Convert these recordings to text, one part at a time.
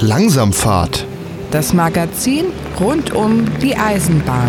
Langsamfahrt. Das Magazin rund um die Eisenbahn.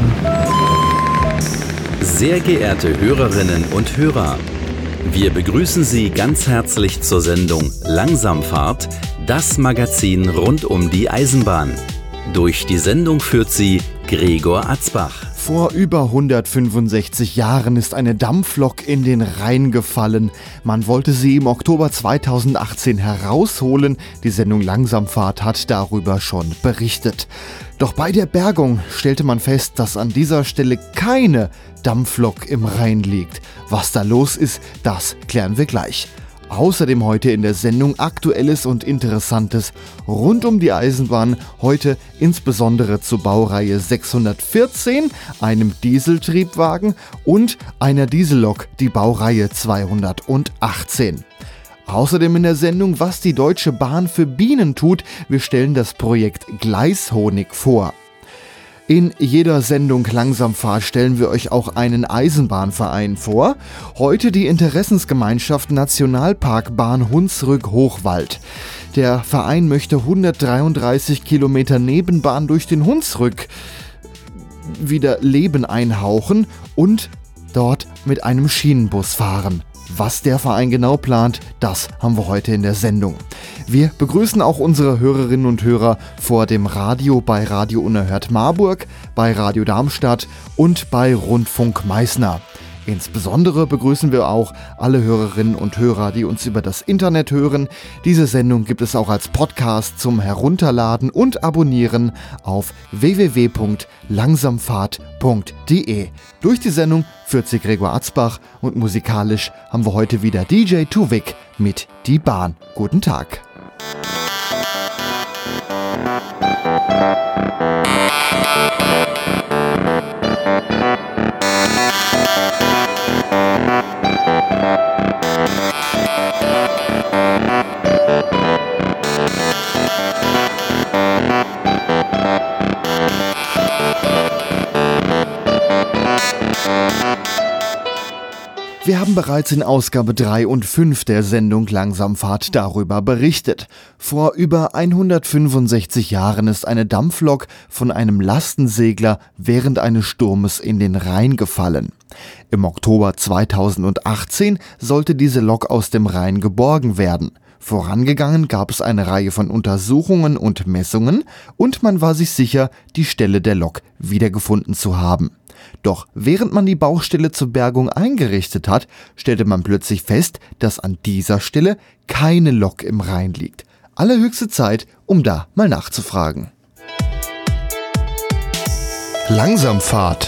Sehr geehrte Hörerinnen und Hörer, wir begrüßen Sie ganz herzlich zur Sendung Langsamfahrt, das Magazin rund um die Eisenbahn. Durch die Sendung führt Sie Gregor Atzbach. Vor über 165 Jahren ist eine Dampflok in den Rhein gefallen. Man wollte sie im Oktober 2018 herausholen. Die Sendung Langsamfahrt hat darüber schon berichtet. Doch bei der Bergung stellte man fest, dass an dieser Stelle keine Dampflok im Rhein liegt. Was da los ist, das klären wir gleich. Außerdem heute in der Sendung Aktuelles und Interessantes rund um die Eisenbahn, heute insbesondere zur Baureihe 614, einem Dieseltriebwagen und einer Diesellok, die Baureihe 218. Außerdem in der Sendung, was die Deutsche Bahn für Bienen tut. Wir stellen das Projekt Gleishonig vor. In jeder Sendung Langsamfahrt stellen wir euch auch einen Eisenbahnverein vor. Heute die Interessensgemeinschaft Nationalparkbahn Hunsrück-Hochwald. Der Verein möchte 133 Kilometer Nebenbahn durch den Hunsrück wieder Leben einhauchen und dort mit einem Schienenbus fahren. Was der Verein genau plant, das haben wir heute in der Sendung. Wir begrüßen auch unsere Hörerinnen und Hörer vor dem Radio bei Radio Unerhört Marburg, bei Radio Darmstadt und bei Rundfunk Meißner. Insbesondere begrüßen wir auch alle Hörerinnen und Hörer, die uns über das Internet hören. Diese Sendung gibt es auch als Podcast zum Herunterladen und Abonnieren auf www.langsamfahrt.de. Durch die Sendung führt sie Gregor Atzbach und musikalisch haben wir heute wieder DJ Tuvik mit Die Bahn. Guten Tag. Wir haben bereits in Ausgabe 3 und 5 der Sendung Langsamfahrt darüber berichtet. Vor über 165 Jahren ist eine Dampflok von einem Lastensegler während eines Sturmes in den Rhein gefallen. Im Oktober 2018 sollte diese Lok aus dem Rhein geborgen werden. Vorangegangen gab es eine Reihe von Untersuchungen und Messungen und man war sich sicher, die Stelle der Lok wiedergefunden zu haben. Doch während man die Baustelle zur Bergung eingerichtet hat, stellte man plötzlich fest, dass an dieser Stelle keine Lok im Rhein liegt. Allerhöchste Zeit, um da mal nachzufragen. Langsamfahrt.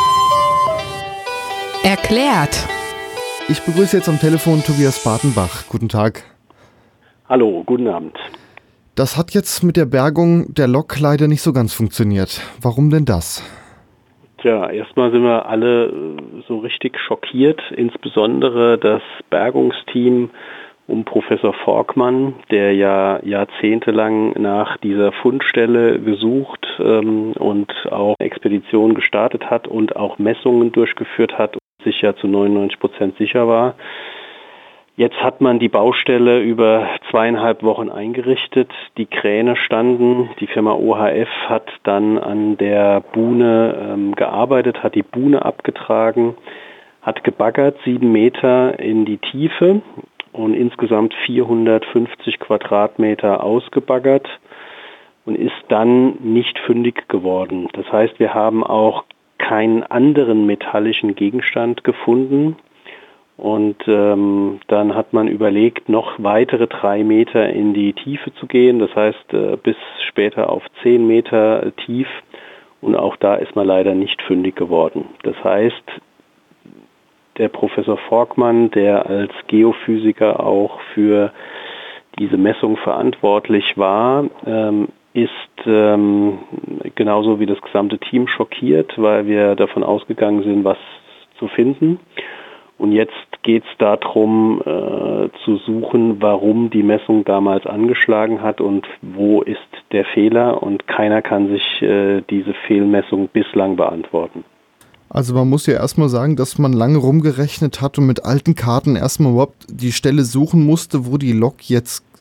Erklärt. Ich begrüße jetzt am Telefon Tobias Bartenbach. Guten Tag. Hallo, guten Abend. Das hat jetzt mit der Bergung der Lok leider nicht so ganz funktioniert. Warum denn das? Tja, erstmal sind wir alle so richtig schockiert, insbesondere das Bergungsteam um Professor Volkmann, der ja jahrzehntelang nach dieser Fundstelle gesucht und auch Expeditionen gestartet hat und auch Messungen durchgeführt hat und sich ja zu 99% sicher war. Jetzt hat man die Baustelle über 2,5 Wochen eingerichtet. Die Kräne standen. Die Firma OHF hat dann an der Buhne gearbeitet, hat die Buhne abgetragen, hat gebaggert 7 Meter in die Tiefe und insgesamt 450 Quadratmeter ausgebaggert und ist dann nicht fündig geworden. Das heißt, wir haben auch keinen anderen metallischen Gegenstand gefunden. Und dann hat man überlegt, noch weitere 3 Meter in die Tiefe zu gehen, das heißt bis später auf 10 Meter tief. Und auch da ist man leider nicht fündig geworden. Das heißt, der Professor Volkmann, der als Geophysiker auch für diese Messung verantwortlich war, ist genauso wie das gesamte Team schockiert, weil wir davon ausgegangen sind, was zu finden. Und jetzt geht es darum, zu suchen, warum die Messung damals angeschlagen hat und wo ist der Fehler. Und keiner kann sich diese Fehlmessung bislang beantworten. Also man muss ja erstmal sagen, dass man lange rumgerechnet hat und mit alten Karten erstmal überhaupt die Stelle suchen musste, wo die Lok jetzt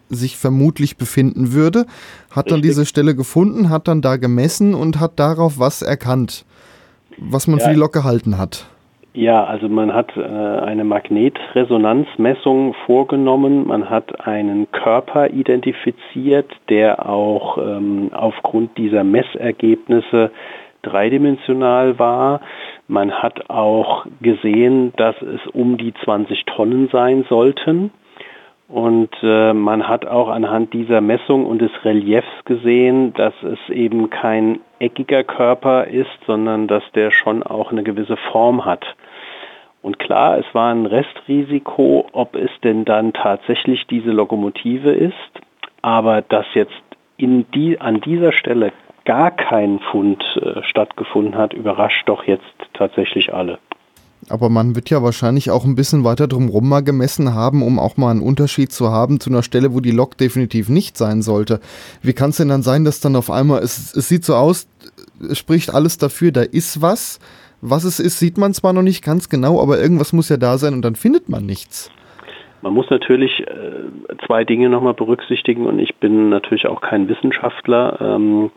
sich vermutlich befinden würde, hat dann Richtig. diese Stelle gefunden, hat dann da gemessen und hat darauf was erkannt, was man für die Lok gehalten hat. Ja, also man hat eine Magnetresonanzmessung vorgenommen, man hat einen Körper identifiziert, der auch aufgrund dieser Messergebnisse dreidimensional war. Man hat auch gesehen, dass es um die 20 Tonnen sein sollten. Und man hat auch anhand dieser Messung und des Reliefs gesehen, dass es eben kein eckiger Körper ist, sondern dass der schon auch eine gewisse Form hat. Und klar, es war ein Restrisiko, ob es denn dann tatsächlich diese Lokomotive ist. Aber dass jetzt an dieser Stelle gar kein Fund stattgefunden hat, überrascht doch jetzt tatsächlich alle. Aber man wird ja wahrscheinlich auch ein bisschen weiter drumherum mal gemessen haben, um auch mal einen Unterschied zu haben zu einer Stelle, wo die Lok definitiv nicht sein sollte. Wie kann es denn dann sein, dass dann auf einmal, es sieht so aus, es spricht alles dafür, da ist was. Was es ist, sieht man zwar noch nicht ganz genau, aber irgendwas muss ja da sein und dann findet man nichts. Man muss natürlich zwei Dinge nochmal berücksichtigen und ich bin natürlich auch kein Wissenschaftler,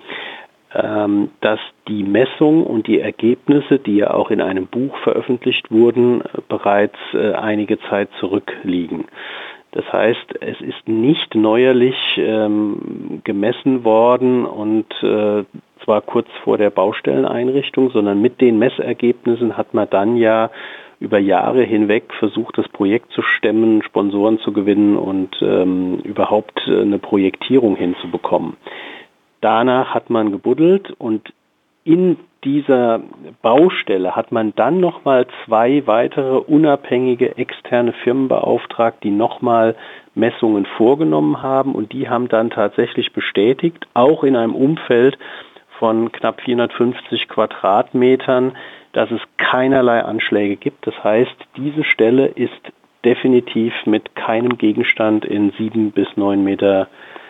dass die Messung und die Ergebnisse, die ja auch in einem Buch veröffentlicht wurden, bereits einige Zeit zurückliegen. Das heißt, es ist nicht neuerlich gemessen worden und zwar kurz vor der Baustelleneinrichtung, sondern mit den Messergebnissen hat man dann ja über Jahre hinweg versucht, das Projekt zu stemmen, Sponsoren zu gewinnen und überhaupt eine Projektierung hinzubekommen. Danach hat man gebuddelt und in dieser Baustelle hat man dann nochmal 2 weitere unabhängige externe Firmen beauftragt, die nochmal Messungen vorgenommen haben und die haben dann tatsächlich bestätigt, auch in einem Umfeld von knapp 450 Quadratmetern, dass es keinerlei Anschläge gibt. Das heißt, diese Stelle ist definitiv mit keinem Gegenstand in 7 bis 9 Meter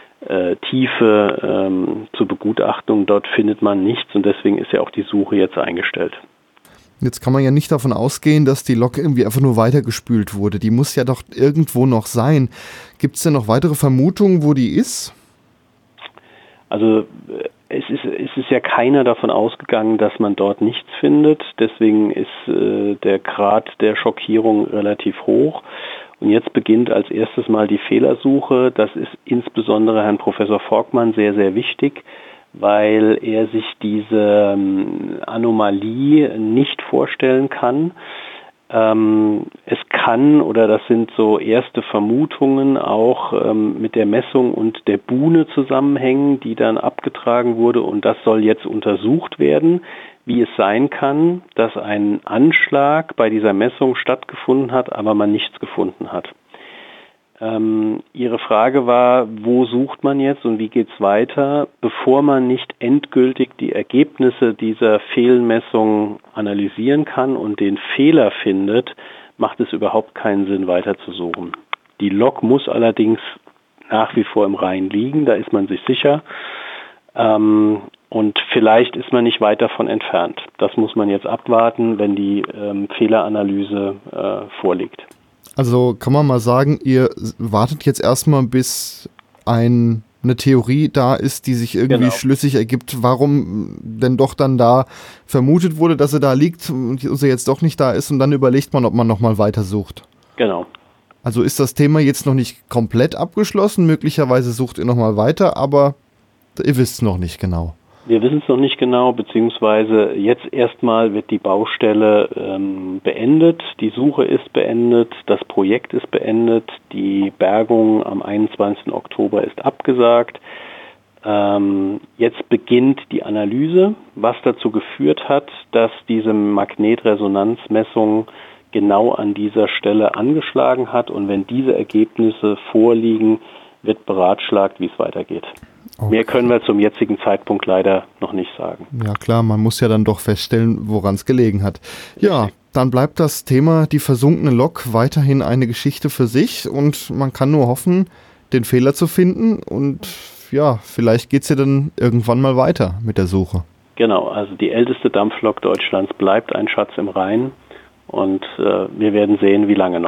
Tiefe zur Begutachtung. Dort findet man nichts und deswegen ist ja auch die Suche jetzt eingestellt. Jetzt kann man ja nicht davon ausgehen, dass die Lok irgendwie einfach nur weitergespült wurde. Die muss ja doch irgendwo noch sein. Gibt es denn noch weitere Vermutungen, wo die ist? Also es ist ja keiner davon ausgegangen, dass man dort nichts findet. Deswegen ist der Grad der Schockierung relativ hoch. Und jetzt beginnt als erstes mal die Fehlersuche. Das ist insbesondere Herrn Professor Volkmann sehr, sehr wichtig, weil er sich diese Anomalie nicht vorstellen kann. Es kann, oder das sind so erste Vermutungen, auch mit der Messung und der Buhne zusammenhängen, die dann abgetragen wurde. Und das soll jetzt untersucht werden, wie es sein kann, dass ein Anschlag bei dieser Messung stattgefunden hat, aber man nichts gefunden hat. Ihre Frage war, wo sucht man jetzt und wie geht's weiter? Bevor man nicht endgültig die Ergebnisse dieser Fehlmessung analysieren kann und den Fehler findet, macht es überhaupt keinen Sinn, weiter zu suchen. Die Lok muss allerdings nach wie vor im Rhein liegen, da ist man sich sicher. Und vielleicht ist man nicht weit davon entfernt. Das muss man jetzt abwarten, wenn die Fehleranalyse vorliegt. Also kann man mal sagen, ihr wartet jetzt erstmal, bis eine Theorie da ist, die sich irgendwie schlüssig ergibt, warum denn doch dann da vermutet wurde, dass sie da liegt und sie jetzt doch nicht da ist und dann überlegt man, ob man nochmal weitersucht. Genau. Also ist das Thema jetzt noch nicht komplett abgeschlossen, möglicherweise sucht ihr nochmal weiter, aber ihr wisst es noch nicht genau. Wir wissen es noch nicht genau, beziehungsweise jetzt erstmal wird die Baustelle beendet, die Suche ist beendet, das Projekt ist beendet, die Bergung am 21. Oktober ist abgesagt. Jetzt beginnt die Analyse, was dazu geführt hat, dass diese Magnetresonanzmessung genau an dieser Stelle angeschlagen hat und wenn diese Ergebnisse vorliegen, wird beratschlagt, wie es weitergeht. Okay. Mehr können wir zum jetzigen Zeitpunkt leider noch nicht sagen. Ja klar, man muss ja dann doch feststellen, woran es gelegen hat. Ja, dann bleibt das Thema die versunkene Lok weiterhin eine Geschichte für sich und man kann nur hoffen, den Fehler zu finden und ja, vielleicht geht es ja dann irgendwann mal weiter mit der Suche. Genau, also die älteste Dampflok Deutschlands bleibt ein Schatz im Rhein und wir werden sehen, wie lange noch.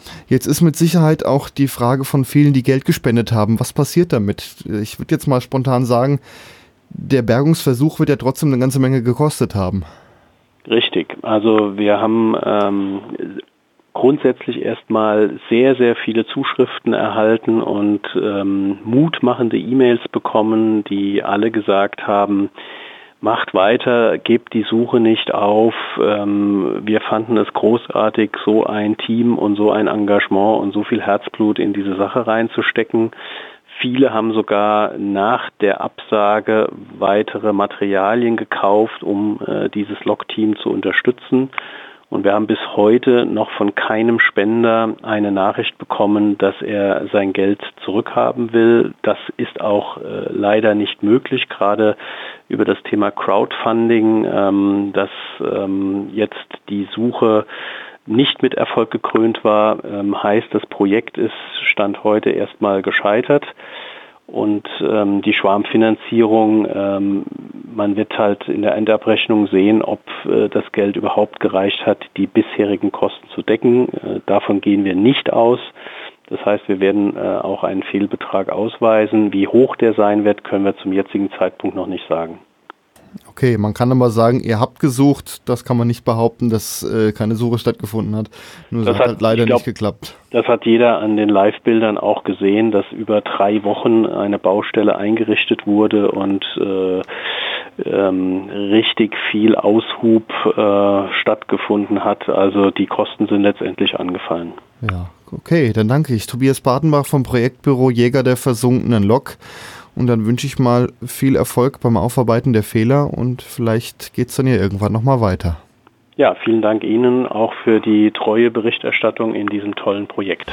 Jetzt ist mit Sicherheit auch die Frage von vielen, die Geld gespendet haben. Was passiert damit? Ich würde jetzt mal spontan sagen, der Bergungsversuch wird ja trotzdem eine ganze Menge gekostet haben. Richtig. Also wir haben grundsätzlich erstmal sehr, sehr viele Zuschriften erhalten und mutmachende E-Mails bekommen, die alle gesagt haben, macht weiter, gebt die Suche nicht auf. Wir fanden es großartig, so ein Team und so ein Engagement und so viel Herzblut in diese Sache reinzustecken. Viele haben sogar nach der Absage weitere Materialien gekauft, um dieses Log-Team zu unterstützen. Und wir haben bis heute noch von keinem Spender eine Nachricht bekommen, dass er sein Geld zurückhaben will. Das ist auch leider nicht möglich, gerade über das Thema Crowdfunding, dass jetzt die Suche nicht mit Erfolg gekrönt war, heißt, das Projekt ist Stand heute erstmal gescheitert. Und die Schwarmfinanzierung, man wird halt in der Endabrechnung sehen, ob das Geld überhaupt gereicht hat, die bisherigen Kosten zu decken. Davon gehen wir nicht aus. Das heißt, wir werden auch einen Fehlbetrag ausweisen. Wie hoch der sein wird, können wir zum jetzigen Zeitpunkt noch nicht sagen. Okay, man kann aber sagen, ihr habt gesucht, das kann man nicht behaupten, dass keine Suche stattgefunden hat. Nur das hat halt leider nicht geklappt. Das hat jeder an den Live-Bildern auch gesehen, dass über 3 Wochen eine Baustelle eingerichtet wurde und richtig viel Aushub stattgefunden hat. Also die Kosten sind letztendlich angefallen. Ja, okay, dann danke ich. Tobias Bartenbach vom Projektbüro Jäger der versunkenen Lok. Und dann wünsche ich mal viel Erfolg beim Aufarbeiten der Fehler und vielleicht geht es dann ja irgendwann nochmal weiter. Ja, vielen Dank Ihnen auch für die treue Berichterstattung in diesem tollen Projekt.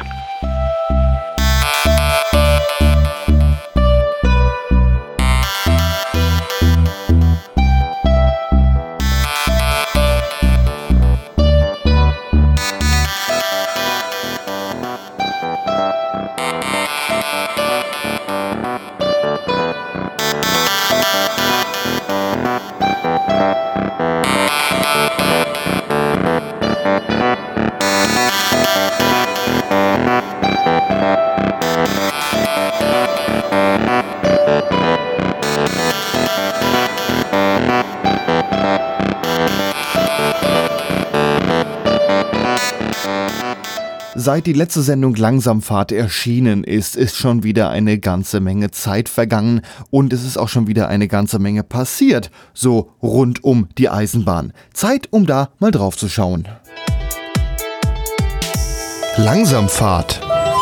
Seit die letzte Sendung Langsamfahrt erschienen ist schon wieder eine ganze Menge Zeit vergangen und es ist auch schon wieder eine ganze Menge passiert, so rund um die Eisenbahn. Zeit, um da mal drauf zu schauen. Langsamfahrt.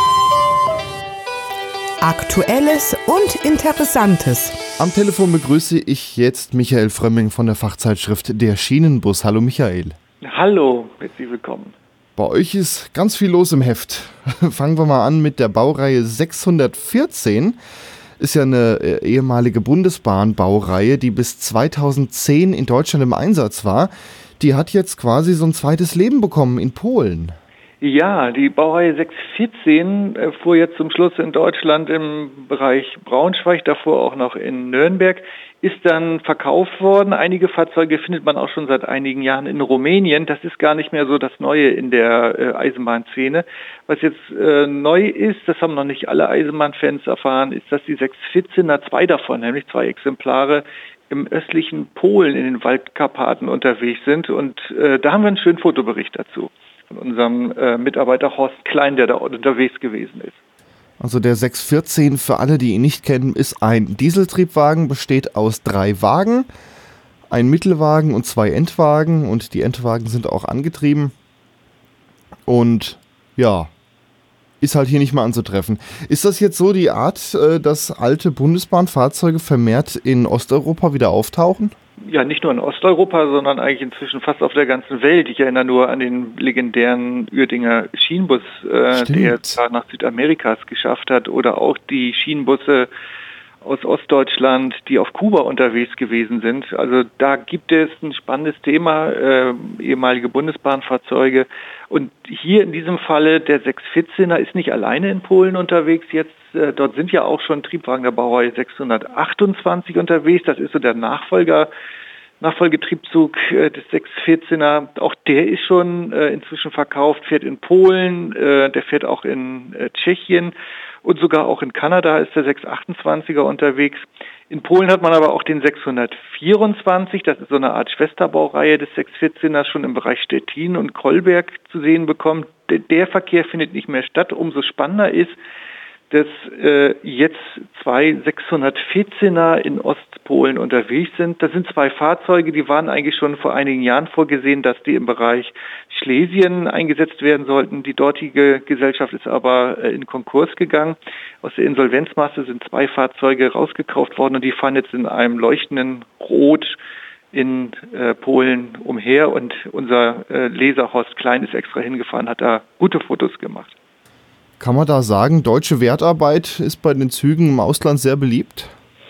Aktuelles und Interessantes. Am Telefon begrüße ich jetzt Michael Frömming von der Fachzeitschrift Der Schienenbus. Hallo Michael. Hallo, herzlich willkommen. Bei euch ist ganz viel los im Heft. Fangen wir mal an mit der Baureihe 614. Ist ja eine ehemalige Bundesbahnbaureihe, die bis 2010 in Deutschland im Einsatz war. Die hat jetzt quasi so ein zweites Leben bekommen in Polen. Ja, die Baureihe 614 fuhr jetzt zum Schluss in Deutschland im Bereich Braunschweig, davor auch noch in Nürnberg, ist dann verkauft worden. Einige Fahrzeuge findet man auch schon seit einigen Jahren in Rumänien. Das ist gar nicht mehr so das Neue in der Eisenbahnszene. Was jetzt neu ist, das haben noch nicht alle Eisenbahnfans erfahren, ist, dass die 614er, 2 davon, nämlich 2 Exemplare, im östlichen Polen in den Waldkarpaten unterwegs sind. Und da haben wir einen schönen Fotobericht dazu von unserem Mitarbeiter Horst Klein, der da unterwegs gewesen ist. Also der 614, für alle, die ihn nicht kennen, ist ein Dieseltriebwagen, besteht aus 3 Wagen, ein Mittelwagen und 2 Endwagen und die Endwagen sind auch angetrieben und ja, ist halt hier nicht mehr anzutreffen. Ist das jetzt so die Art, dass alte Bundesbahnfahrzeuge vermehrt in Osteuropa wieder auftauchen? Ja, nicht nur in Osteuropa, sondern eigentlich inzwischen fast auf der ganzen Welt. Ich erinnere nur an den legendären Uerdinger Schienenbus, der nach Südamerikas geschafft hat, oder auch die Schienenbusse aus Ostdeutschland, die auf Kuba unterwegs gewesen sind. Also da gibt es ein spannendes Thema, ehemalige Bundesbahnfahrzeuge. Und hier in diesem Falle, der 614er ist nicht alleine in Polen unterwegs jetzt. Dort sind ja auch schon Triebwagen der Baureihe 628 unterwegs. Das ist so der Nachfolger Nachfolgetriebzug des 614er, auch der ist schon inzwischen verkauft, fährt in Polen, der fährt auch in Tschechien und sogar auch in Kanada ist der 628er unterwegs. In Polen hat man aber auch den 624, das ist so eine Art Schwesterbaureihe des 614er, schon im Bereich Stettin und Kolberg zu sehen bekommen. Der Verkehr findet nicht mehr statt. Umso spannender ist, dass jetzt zwei 614er in Ostpolen unterwegs sind. Das sind zwei Fahrzeuge, die waren eigentlich schon vor einigen Jahren vorgesehen, dass die im Bereich Schlesien eingesetzt werden sollten. Die dortige Gesellschaft ist aber in Konkurs gegangen. Aus der Insolvenzmasse sind zwei Fahrzeuge rausgekauft worden und die fahren jetzt in einem leuchtenden Rot in Polen umher und unser Leser Horst Klein ist extra hingefahren, hat da gute Fotos gemacht. Kann man da sagen, deutsche Wertarbeit ist bei den Zügen im Ausland sehr beliebt?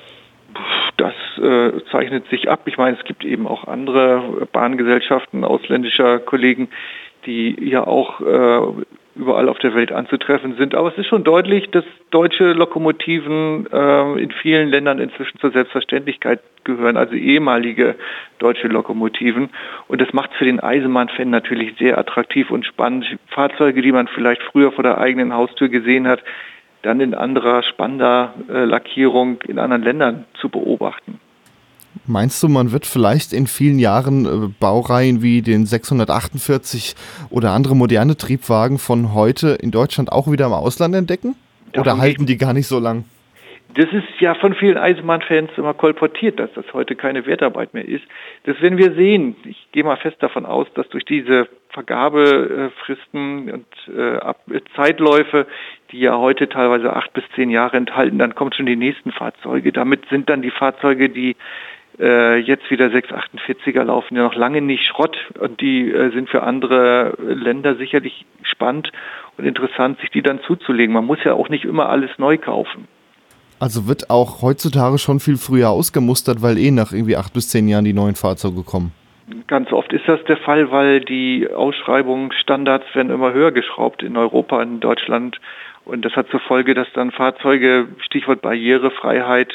Das zeichnet sich ab. Ich meine, es gibt eben auch andere Bahngesellschaften ausländischer Kollegen, die ja auch überall auf der Welt anzutreffen sind. Aber es ist schon deutlich, dass deutsche Lokomotiven in vielen Ländern inzwischen zur Selbstverständlichkeit gehören, also ehemalige deutsche Lokomotiven. Und das macht es für den Eisenbahnfan natürlich sehr attraktiv und spannend. Fahrzeuge, die man vielleicht früher vor der eigenen Haustür gesehen hat, dann in anderer, spannender Lackierung in anderen Ländern zu beobachten. Meinst du, man wird vielleicht in vielen Jahren Baureihen wie den 648 oder andere moderne Triebwagen von heute in Deutschland auch wieder im Ausland entdecken? Oder halten die gar nicht so lang? Das ist ja von vielen Eisenbahnfans immer kolportiert, dass das heute keine Wertarbeit mehr ist. Das werden wir sehen. Ich gehe mal fest davon aus, dass durch diese Vergabefristen und Zeitläufe, die ja heute teilweise 8 bis 10 Jahre enthalten, dann kommen schon die nächsten Fahrzeuge. Damit sind dann die Fahrzeuge, die jetzt wieder 648er laufen, ja noch lange nicht Schrott und die sind für andere Länder sicherlich spannend und interessant, sich die dann zuzulegen. Man muss ja auch nicht immer alles neu kaufen. Also wird auch heutzutage schon viel früher ausgemustert, weil nach irgendwie 8 bis 10 Jahren die neuen Fahrzeuge kommen? Ganz oft ist das der Fall, weil die Ausschreibungsstandards werden immer höher geschraubt in Europa, in Deutschland. Und das hat zur Folge, dass dann Fahrzeuge, Stichwort Barrierefreiheit,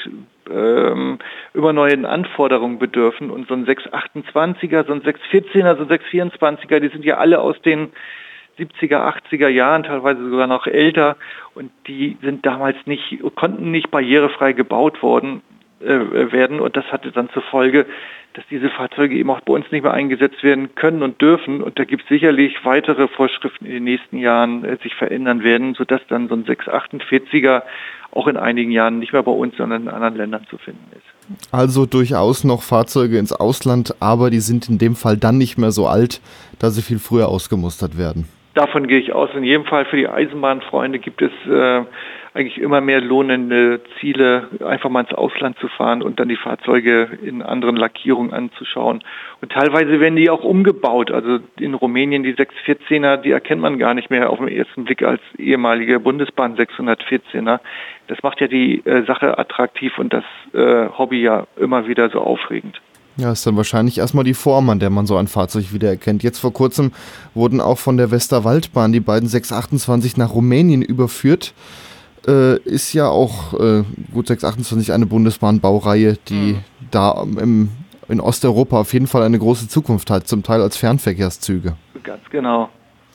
immer neuen Anforderungen bedürfen. Und so ein 628er, so ein 614er, so ein 624er, die sind ja alle aus den 70er, 80er Jahren, teilweise sogar noch älter. Und die sind damals konnten nicht barrierefrei gebaut werden. Und das hatte dann zur Folge, dass diese Fahrzeuge eben auch bei uns nicht mehr eingesetzt werden können und dürfen. Und da gibt es sicherlich weitere Vorschriften in den nächsten Jahren sich verändern werden, sodass dann so ein 648er auch in einigen Jahren nicht mehr bei uns, sondern in anderen Ländern zu finden ist. Also durchaus noch Fahrzeuge ins Ausland, aber die sind in dem Fall dann nicht mehr so alt, da sie viel früher ausgemustert werden. Davon gehe ich aus. In jedem Fall für die Eisenbahnfreunde gibt es eigentlich immer mehr lohnende Ziele, einfach mal ins Ausland zu fahren und dann die Fahrzeuge in anderen Lackierungen anzuschauen. Und teilweise werden die auch umgebaut. Also in Rumänien die 614er, die erkennt man gar nicht mehr auf den ersten Blick als ehemalige Bundesbahn 614er. Das macht ja die Sache attraktiv und das Hobby ja immer wieder so aufregend. Ja, ist dann wahrscheinlich erstmal die Form, an der man so ein Fahrzeug wiedererkennt. Jetzt vor kurzem wurden auch von der Westerwaldbahn die beiden 628 nach Rumänien überführt. Ist ja auch, 628 eine Bundesbahnbaureihe, die da in Osteuropa auf jeden Fall eine große Zukunft hat, zum Teil als Fernverkehrszüge. Ganz genau.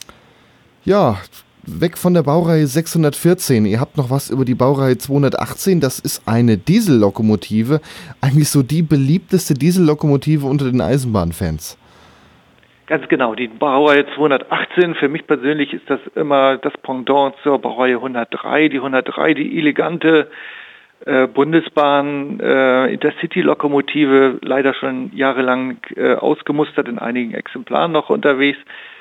Ja, weg von der Baureihe 614. Ihr habt noch was über die Baureihe 218. Das ist eine Diesellokomotive. Eigentlich so die beliebteste Diesellokomotive unter den Eisenbahnfans. Ganz genau. Die Baureihe 218, für mich persönlich ist das immer das Pendant zur Baureihe 103. Die 103, die elegante Bundesbahn Intercity-Lokomotive, leider schon jahrelang ausgemustert, in einigen Exemplaren noch unterwegs.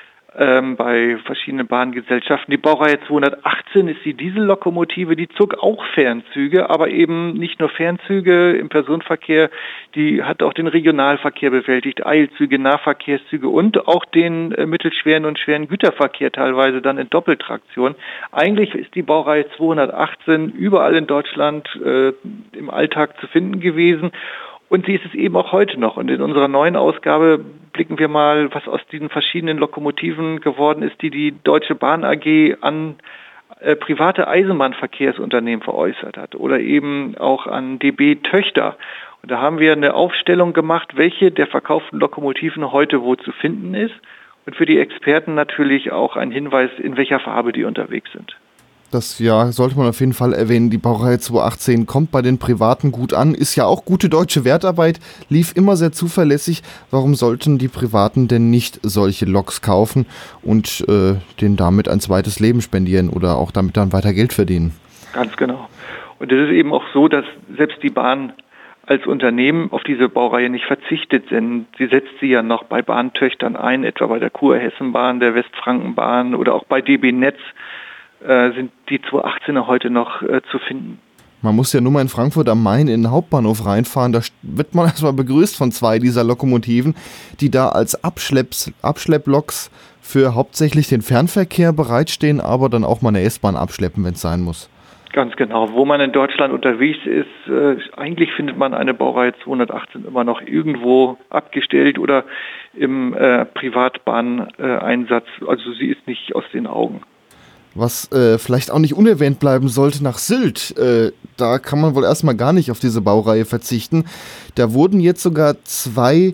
Bei verschiedenen Bahngesellschaften. Die Baureihe 218 ist die Diesellokomotive, die zog auch Fernzüge, aber eben nicht nur Fernzüge im Personenverkehr, die hat auch den Regionalverkehr bewältigt, Eilzüge, Nahverkehrszüge und auch den mittelschweren und schweren Güterverkehr teilweise dann in Doppeltraktion. Eigentlich ist die Baureihe 218 überall in Deutschland im Alltag zu finden gewesen. Und sie ist es eben auch heute noch. Und in unserer neuen Ausgabe blicken wir mal, was aus diesen verschiedenen Lokomotiven geworden ist, die Deutsche Bahn AG private Eisenbahnverkehrsunternehmen veräußert hat oder eben auch an DB Töchter. Und da haben wir eine Aufstellung gemacht, welche der verkauften Lokomotiven heute wo zu finden ist. Und für die Experten natürlich auch ein Hinweis, in welcher Farbe die unterwegs sind. Das ja, sollte man auf jeden Fall erwähnen. Die Baureihe 218 kommt bei den Privaten gut an, ist ja auch gute deutsche Wertarbeit, lief immer sehr zuverlässig. Warum sollten die Privaten denn nicht solche Loks kaufen und denen damit ein zweites Leben spendieren oder auch damit dann weiter Geld verdienen? Ganz genau. Und es ist eben auch so, dass selbst die Bahn als Unternehmen auf diese Baureihe nicht verzichtet, denn sie setzt sie ja noch bei Bahntöchtern ein, etwa bei der Kurhessenbahn, der Westfrankenbahn oder auch bei DB Netz. Sind die 218er heute noch zu finden. Man muss ja nur mal in Frankfurt am Main in den Hauptbahnhof reinfahren, da wird man erstmal begrüßt von 2 dieser Lokomotiven, die da als Abschlepploks für hauptsächlich den Fernverkehr bereitstehen, aber dann auch mal eine S-Bahn abschleppen, wenn es sein muss. Ganz genau. Wo man in Deutschland unterwegs ist, eigentlich findet man eine Baureihe 218 immer noch irgendwo abgestellt oder im Privatbahneinsatz. Also sie ist nicht aus den Augen. Was vielleicht auch nicht unerwähnt bleiben sollte, nach Sylt, da kann man wohl erstmal gar nicht auf diese Baureihe verzichten. Da wurden jetzt sogar 2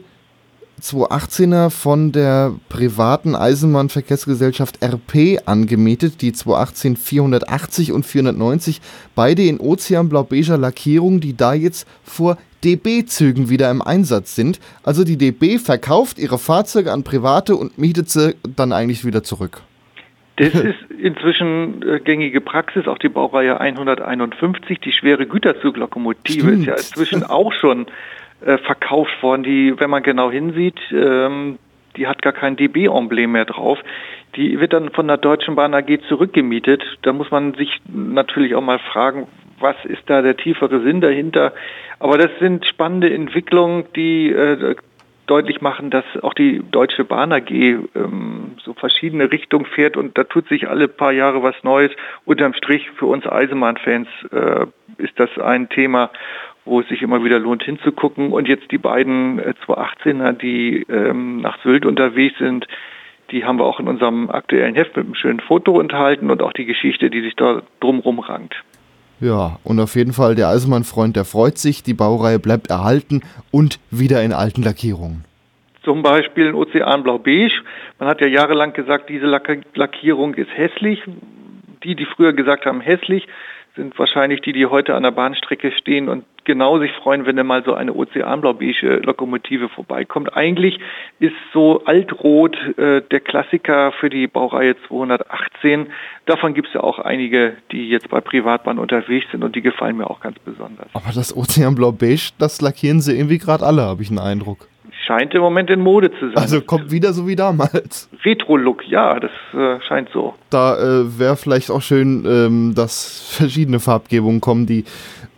218er von der privaten Eisenbahnverkehrsgesellschaft RP angemietet, die 218 480 und 490, beide in ozeanblau-beiger Lackierung, die da jetzt vor DB-Zügen wieder im Einsatz sind. Also die DB verkauft ihre Fahrzeuge an Private und mietet sie dann eigentlich wieder zurück. Das ist inzwischen gängige Praxis, auch die Baureihe 151, die schwere Güterzuglokomotive ist ja inzwischen auch schon verkauft worden. Die, wenn man genau hinsieht, die hat gar kein DB-Emblem mehr drauf. Die wird dann von der Deutschen Bahn AG zurückgemietet. Da muss man sich natürlich auch mal fragen, was ist da der tiefere Sinn dahinter? Aber das sind spannende Entwicklungen, die deutlich machen, dass auch die Deutsche Bahn AG so verschiedene Richtungen fährt und da tut sich alle paar Jahre was Neues. Unterm Strich für uns Eisenbahnfans ist das ein Thema, wo es sich immer wieder lohnt hinzugucken. Und jetzt die beiden 218er, die nach Sylt unterwegs sind, die haben wir auch in unserem aktuellen Heft mit einem schönen Foto enthalten und auch die Geschichte, die sich da drumherum rankt. Ja, und auf jeden Fall der Eisenbahnfreund, der freut sich, die Baureihe bleibt erhalten und wieder in alten Lackierungen. Zum Beispiel in Ozeanblau-beige. Man hat ja jahrelang gesagt, diese Lackierung ist hässlich. Die früher gesagt haben, hässlich, sind wahrscheinlich die heute an der Bahnstrecke stehen und genau sich freuen, wenn mal so eine ozeanblau-beige Lokomotive vorbeikommt. Eigentlich ist so altrot der Klassiker für die Baureihe 218. Davon gibt es ja auch einige, die jetzt bei Privatbahnen unterwegs sind und die gefallen mir auch ganz besonders. Aber das ozeanblau-beige, das lackieren sie irgendwie gerade alle, habe ich einen Eindruck. Scheint im Moment in Mode zu sein. Also kommt wieder so wie damals. Retro-Look, ja, das scheint so. Da wäre vielleicht auch schön, dass verschiedene Farbgebungen kommen. Die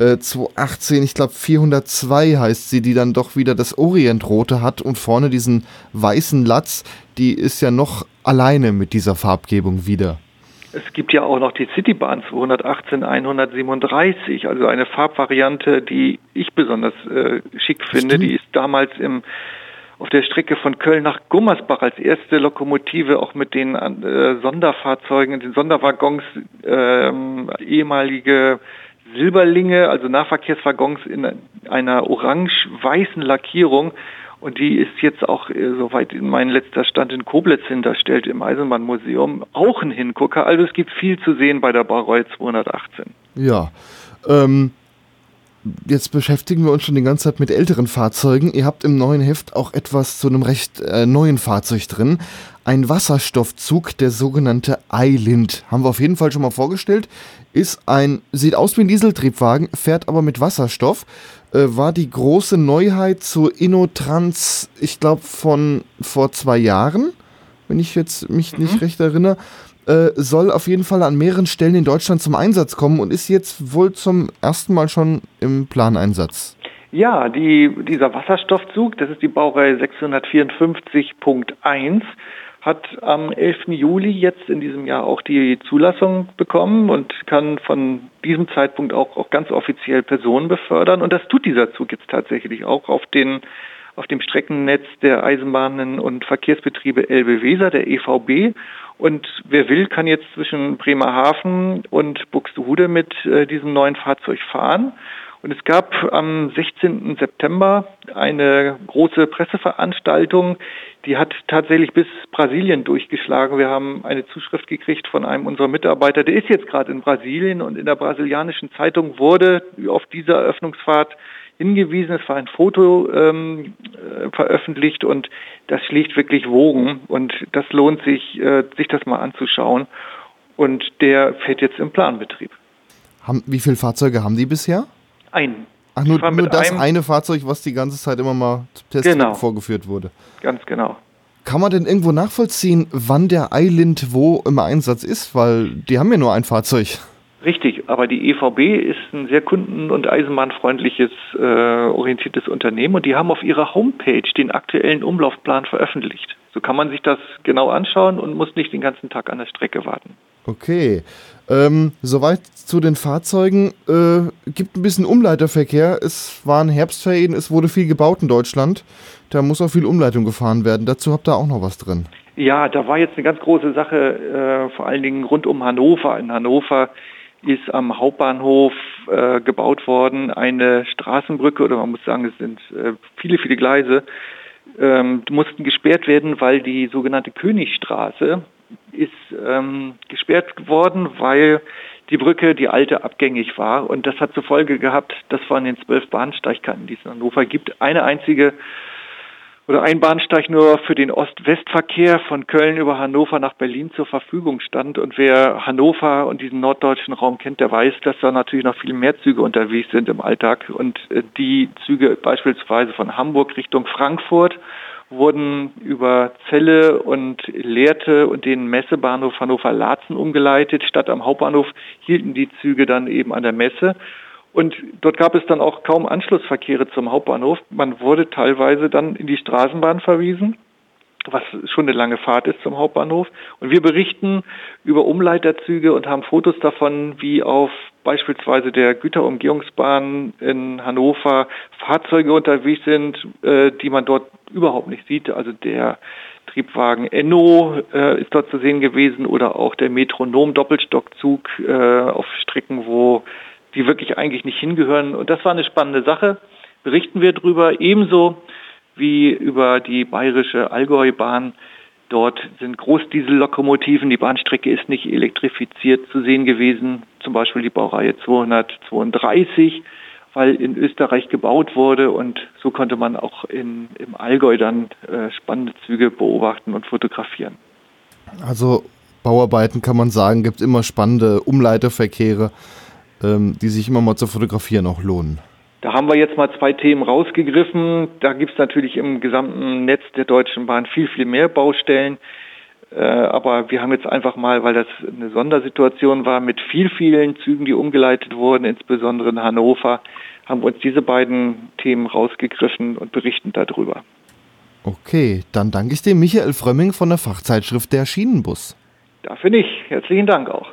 218, ich glaube 402 heißt sie, die dann doch wieder das Orientrote hat und vorne diesen weißen Latz, die ist ja noch alleine mit dieser Farbgebung wieder. Es gibt ja auch noch die Citybahn 218 137, also eine Farbvariante, die ich besonders schick finde. Stimmt. Die ist damals auf der Strecke von Köln nach Gummersbach als erste Lokomotive auch mit den Sonderfahrzeugen, in den Sonderwaggons, ehemalige Silberlinge, also Nahverkehrswaggons in einer orange-weißen Lackierung. Und die ist jetzt auch, soweit mein letzter Stand in Koblenz hinterstellt, im Eisenbahnmuseum auch ein Hingucker. Also es gibt viel zu sehen bei der Baureihe 218. Ja, jetzt beschäftigen wir uns schon die ganze Zeit mit älteren Fahrzeugen. Ihr habt im neuen Heft auch etwas zu einem recht neuen Fahrzeug drin. Ein Wasserstoffzug, der sogenannte Eilind. Haben wir auf jeden Fall schon mal vorgestellt. Sieht aus wie ein Dieseltriebwagen, fährt aber mit Wasserstoff. War die große Neuheit zu InnoTrans, ich glaube von vor 2 Jahren, wenn ich jetzt mich nicht recht erinnere. Soll auf jeden Fall an mehreren Stellen in Deutschland zum Einsatz kommen und ist jetzt wohl zum ersten Mal schon im Planeinsatz. Ja, dieser Wasserstoffzug, das ist die Baureihe 654.1, hat am 11. Juli jetzt in diesem Jahr auch die Zulassung bekommen und kann von diesem Zeitpunkt auch ganz offiziell Personen befördern. Und das tut dieser Zug jetzt tatsächlich auch auf den auf dem Streckennetz der Eisenbahnen und Verkehrsbetriebe Elbe-Weser, der EVB. Und wer will, kann jetzt zwischen Bremerhaven und Buxtehude mit diesem neuen Fahrzeug fahren. Und es gab am 16. September eine große Presseveranstaltung, die hat tatsächlich bis Brasilien durchgeschlagen. Wir haben eine Zuschrift gekriegt von einem unserer Mitarbeiter, der ist jetzt gerade in Brasilien, und in der brasilianischen Zeitung wurde auf diese Eröffnungsfahrt hingewiesen. Es war ein Foto veröffentlicht, und das schlägt wirklich Wogen, und das lohnt sich, sich das mal anzuschauen. Und der fährt jetzt im Planbetrieb. Wie viele Fahrzeuge haben die bisher? Einen. Ach, nur das eine Fahrzeug, was die ganze Zeit immer mal zum Test vorgeführt wurde. Ganz genau. Kann man denn irgendwo nachvollziehen, wann der Eilind wo im Einsatz ist? Weil die haben ja nur ein Fahrzeug. Richtig, aber die EVB ist ein sehr kunden- und eisenbahnfreundliches, orientiertes Unternehmen, und die haben auf ihrer Homepage den aktuellen Umlaufplan veröffentlicht. So kann man sich das genau anschauen und muss nicht den ganzen Tag an der Strecke warten. Okay, soweit zu den Fahrzeugen. Gibt ein bisschen Umleiterverkehr. Es waren Herbstferien, es wurde viel gebaut in Deutschland. Da muss auch viel Umleitung gefahren werden. Dazu habt ihr auch noch was drin. Ja, da war jetzt eine ganz große Sache, vor allen Dingen rund um Hannover. In Hannover ist am Hauptbahnhof gebaut worden eine Straßenbrücke, oder man muss sagen, es sind viele, viele Gleise, mussten gesperrt werden, weil die sogenannte Königstraße ist gesperrt worden, weil die Brücke, die alte, abgängig war. Und das hat zur Folge gehabt, dass von den 12 Bahnsteigkanten, die es in Hannover gibt, ein Bahnsteig nur für den Ost-West-Verkehr von Köln über Hannover nach Berlin zur Verfügung stand. Und wer Hannover und diesen norddeutschen Raum kennt, der weiß, dass da natürlich noch viel mehr Züge unterwegs sind im Alltag. Und die Züge beispielsweise von Hamburg Richtung Frankfurt wurden über Celle und Lehrte und den Messebahnhof Hannover-Laatzen umgeleitet. Statt am Hauptbahnhof hielten die Züge dann eben an der Messe. Und dort gab es dann auch kaum Anschlussverkehre zum Hauptbahnhof. Man wurde teilweise dann in die Straßenbahn verwiesen, was schon eine lange Fahrt ist zum Hauptbahnhof. Und wir berichten über Umleiterzüge und haben Fotos davon, wie auf beispielsweise der Güterumgehungsbahn in Hannover Fahrzeuge unterwegs sind, die man dort überhaupt nicht sieht. Also der Triebwagen Enno ist dort zu sehen gewesen, oder auch der Metronom-Doppelstockzug auf Strecken, wo die wirklich eigentlich nicht hingehören. Und das war eine spannende Sache. Berichten wir drüber, ebenso wie über die bayerische Allgäubahn. Dort sind Großdiesellokomotiven. Die Bahnstrecke ist nicht elektrifiziert zu sehen gewesen. Zum Beispiel die Baureihe 232, weil in Österreich gebaut wurde. Und so konnte man auch im Allgäu dann spannende Züge beobachten und fotografieren. Also Bauarbeiten, kann man sagen, gibt immer spannende Umleiterverkehre, die sich immer mal zu fotografieren auch lohnen. Da haben wir jetzt mal 2 Themen rausgegriffen. Da gibt es natürlich im gesamten Netz der Deutschen Bahn viel, viel mehr Baustellen. Aber wir haben jetzt einfach mal, weil das eine Sondersituation war, mit vielen Zügen, die umgeleitet wurden, insbesondere in Hannover, haben wir uns diese beiden Themen rausgegriffen und berichten darüber. Okay, dann danke ich dir, Michael Frömming von der Fachzeitschrift Der Schienenbus. Dafür nicht. Herzlichen Dank auch.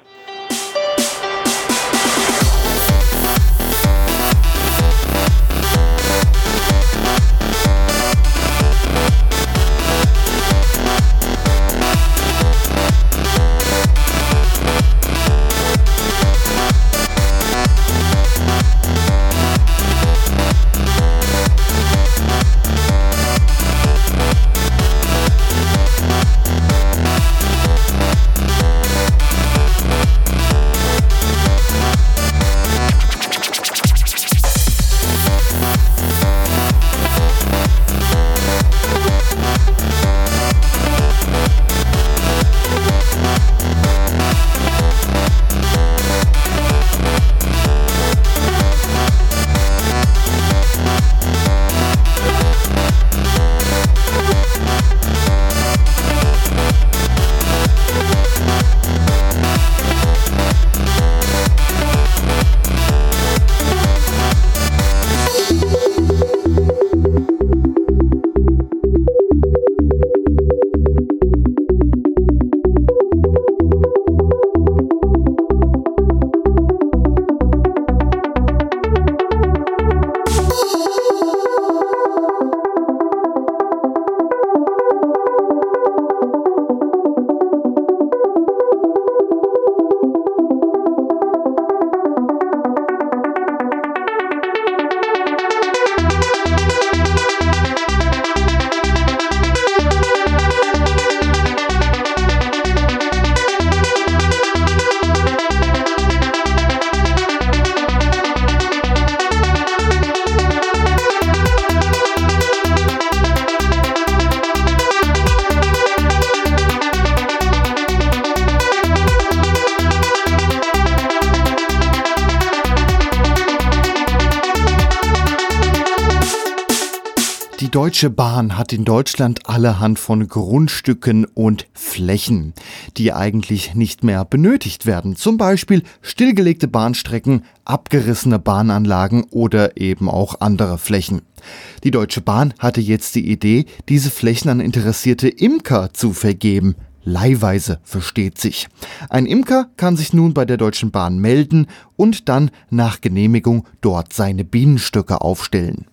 Die Deutsche Bahn hat in Deutschland allerhand von Grundstücken und Flächen, die eigentlich nicht mehr benötigt werden. Zum Beispiel stillgelegte Bahnstrecken, abgerissene Bahnanlagen oder eben auch andere Flächen. Die Deutsche Bahn hatte jetzt die Idee, diese Flächen an interessierte Imker zu vergeben. Leihweise, versteht sich. Ein Imker kann sich nun bei der Deutschen Bahn melden und dann nach Genehmigung dort seine Bienenstöcke aufstellen.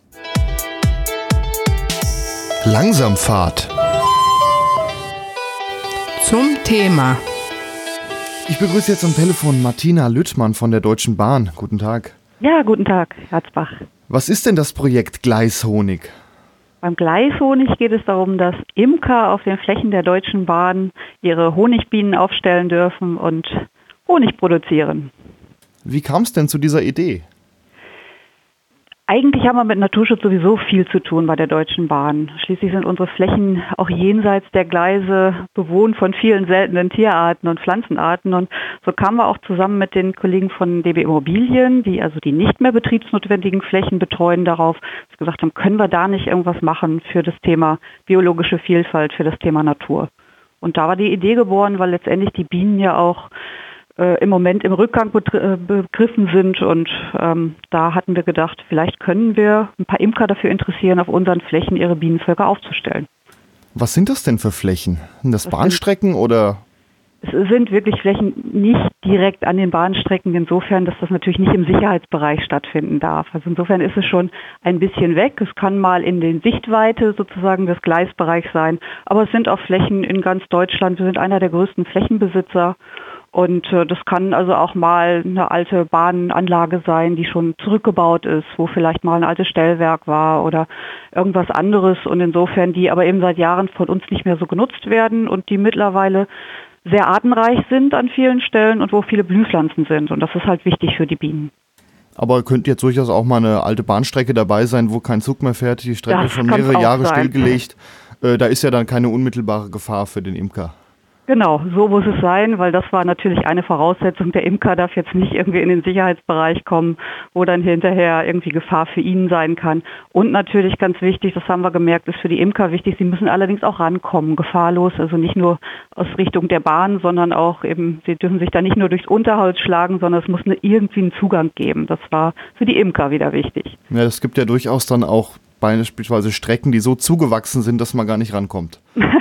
Langsamfahrt. Zum Thema. Ich begrüße jetzt am Telefon Martina Lüttmann von der Deutschen Bahn. Guten Tag. Ja, guten Tag, Herzbach. Was ist denn das Projekt Gleishonig? Beim Gleishonig geht es darum, dass Imker auf den Flächen der Deutschen Bahn ihre Honigbienen aufstellen dürfen und Honig produzieren. Wie kam es denn zu dieser Idee? Eigentlich haben wir mit Naturschutz sowieso viel zu tun bei der Deutschen Bahn. Schließlich sind unsere Flächen auch jenseits der Gleise bewohnt von vielen seltenen Tierarten und Pflanzenarten. Und so kamen wir auch zusammen mit den Kollegen von DB Immobilien, die also die nicht mehr betriebsnotwendigen Flächen betreuen, darauf, dass wir gesagt haben, können wir da nicht irgendwas machen für das Thema biologische Vielfalt, für das Thema Natur. Und da war die Idee geboren, weil letztendlich die Bienen ja auch im Moment im Rückgang begriffen sind und da hatten wir gedacht, vielleicht können wir ein paar Imker dafür interessieren, auf unseren Flächen ihre Bienenvölker aufzustellen. Was sind das denn für Flächen? Sind das Bahnstrecken oder? Es sind wirklich Flächen nicht direkt an den Bahnstrecken, insofern, dass das natürlich nicht im Sicherheitsbereich stattfinden darf. Also insofern ist es schon ein bisschen weg. Es kann mal in den Sichtweite sozusagen des Gleisbereichs sein, aber es sind auch Flächen in ganz Deutschland. Wir sind einer der größten Flächenbesitzer. Und das kann also auch mal eine alte Bahnanlage sein, die schon zurückgebaut ist, wo vielleicht mal ein altes Stellwerk war oder irgendwas anderes. Und insofern die aber eben seit Jahren von uns nicht mehr so genutzt werden und die mittlerweile sehr artenreich sind an vielen Stellen und wo viele Blühpflanzen sind. Und das ist halt wichtig für die Bienen. Aber könnte jetzt durchaus auch mal eine alte Bahnstrecke dabei sein, wo kein Zug mehr fährt, die Strecke ist schon mehrere Jahre stillgelegt. Da ist ja dann keine unmittelbare Gefahr für den Imker. Genau, so muss es sein, weil das war natürlich eine Voraussetzung. Der Imker darf jetzt nicht irgendwie in den Sicherheitsbereich kommen, wo dann hinterher irgendwie Gefahr für ihn sein kann. Und natürlich ganz wichtig, das haben wir gemerkt, ist für die Imker wichtig, sie müssen allerdings auch rankommen, gefahrlos, also nicht nur aus Richtung der Bahn, sondern auch eben, sie dürfen sich da nicht nur durchs Unterholz schlagen, sondern es muss irgendwie einen Zugang geben. Das war für die Imker wieder wichtig. Ja, es gibt ja durchaus dann auch beispielsweise Strecken, die so zugewachsen sind, dass man gar nicht rankommt.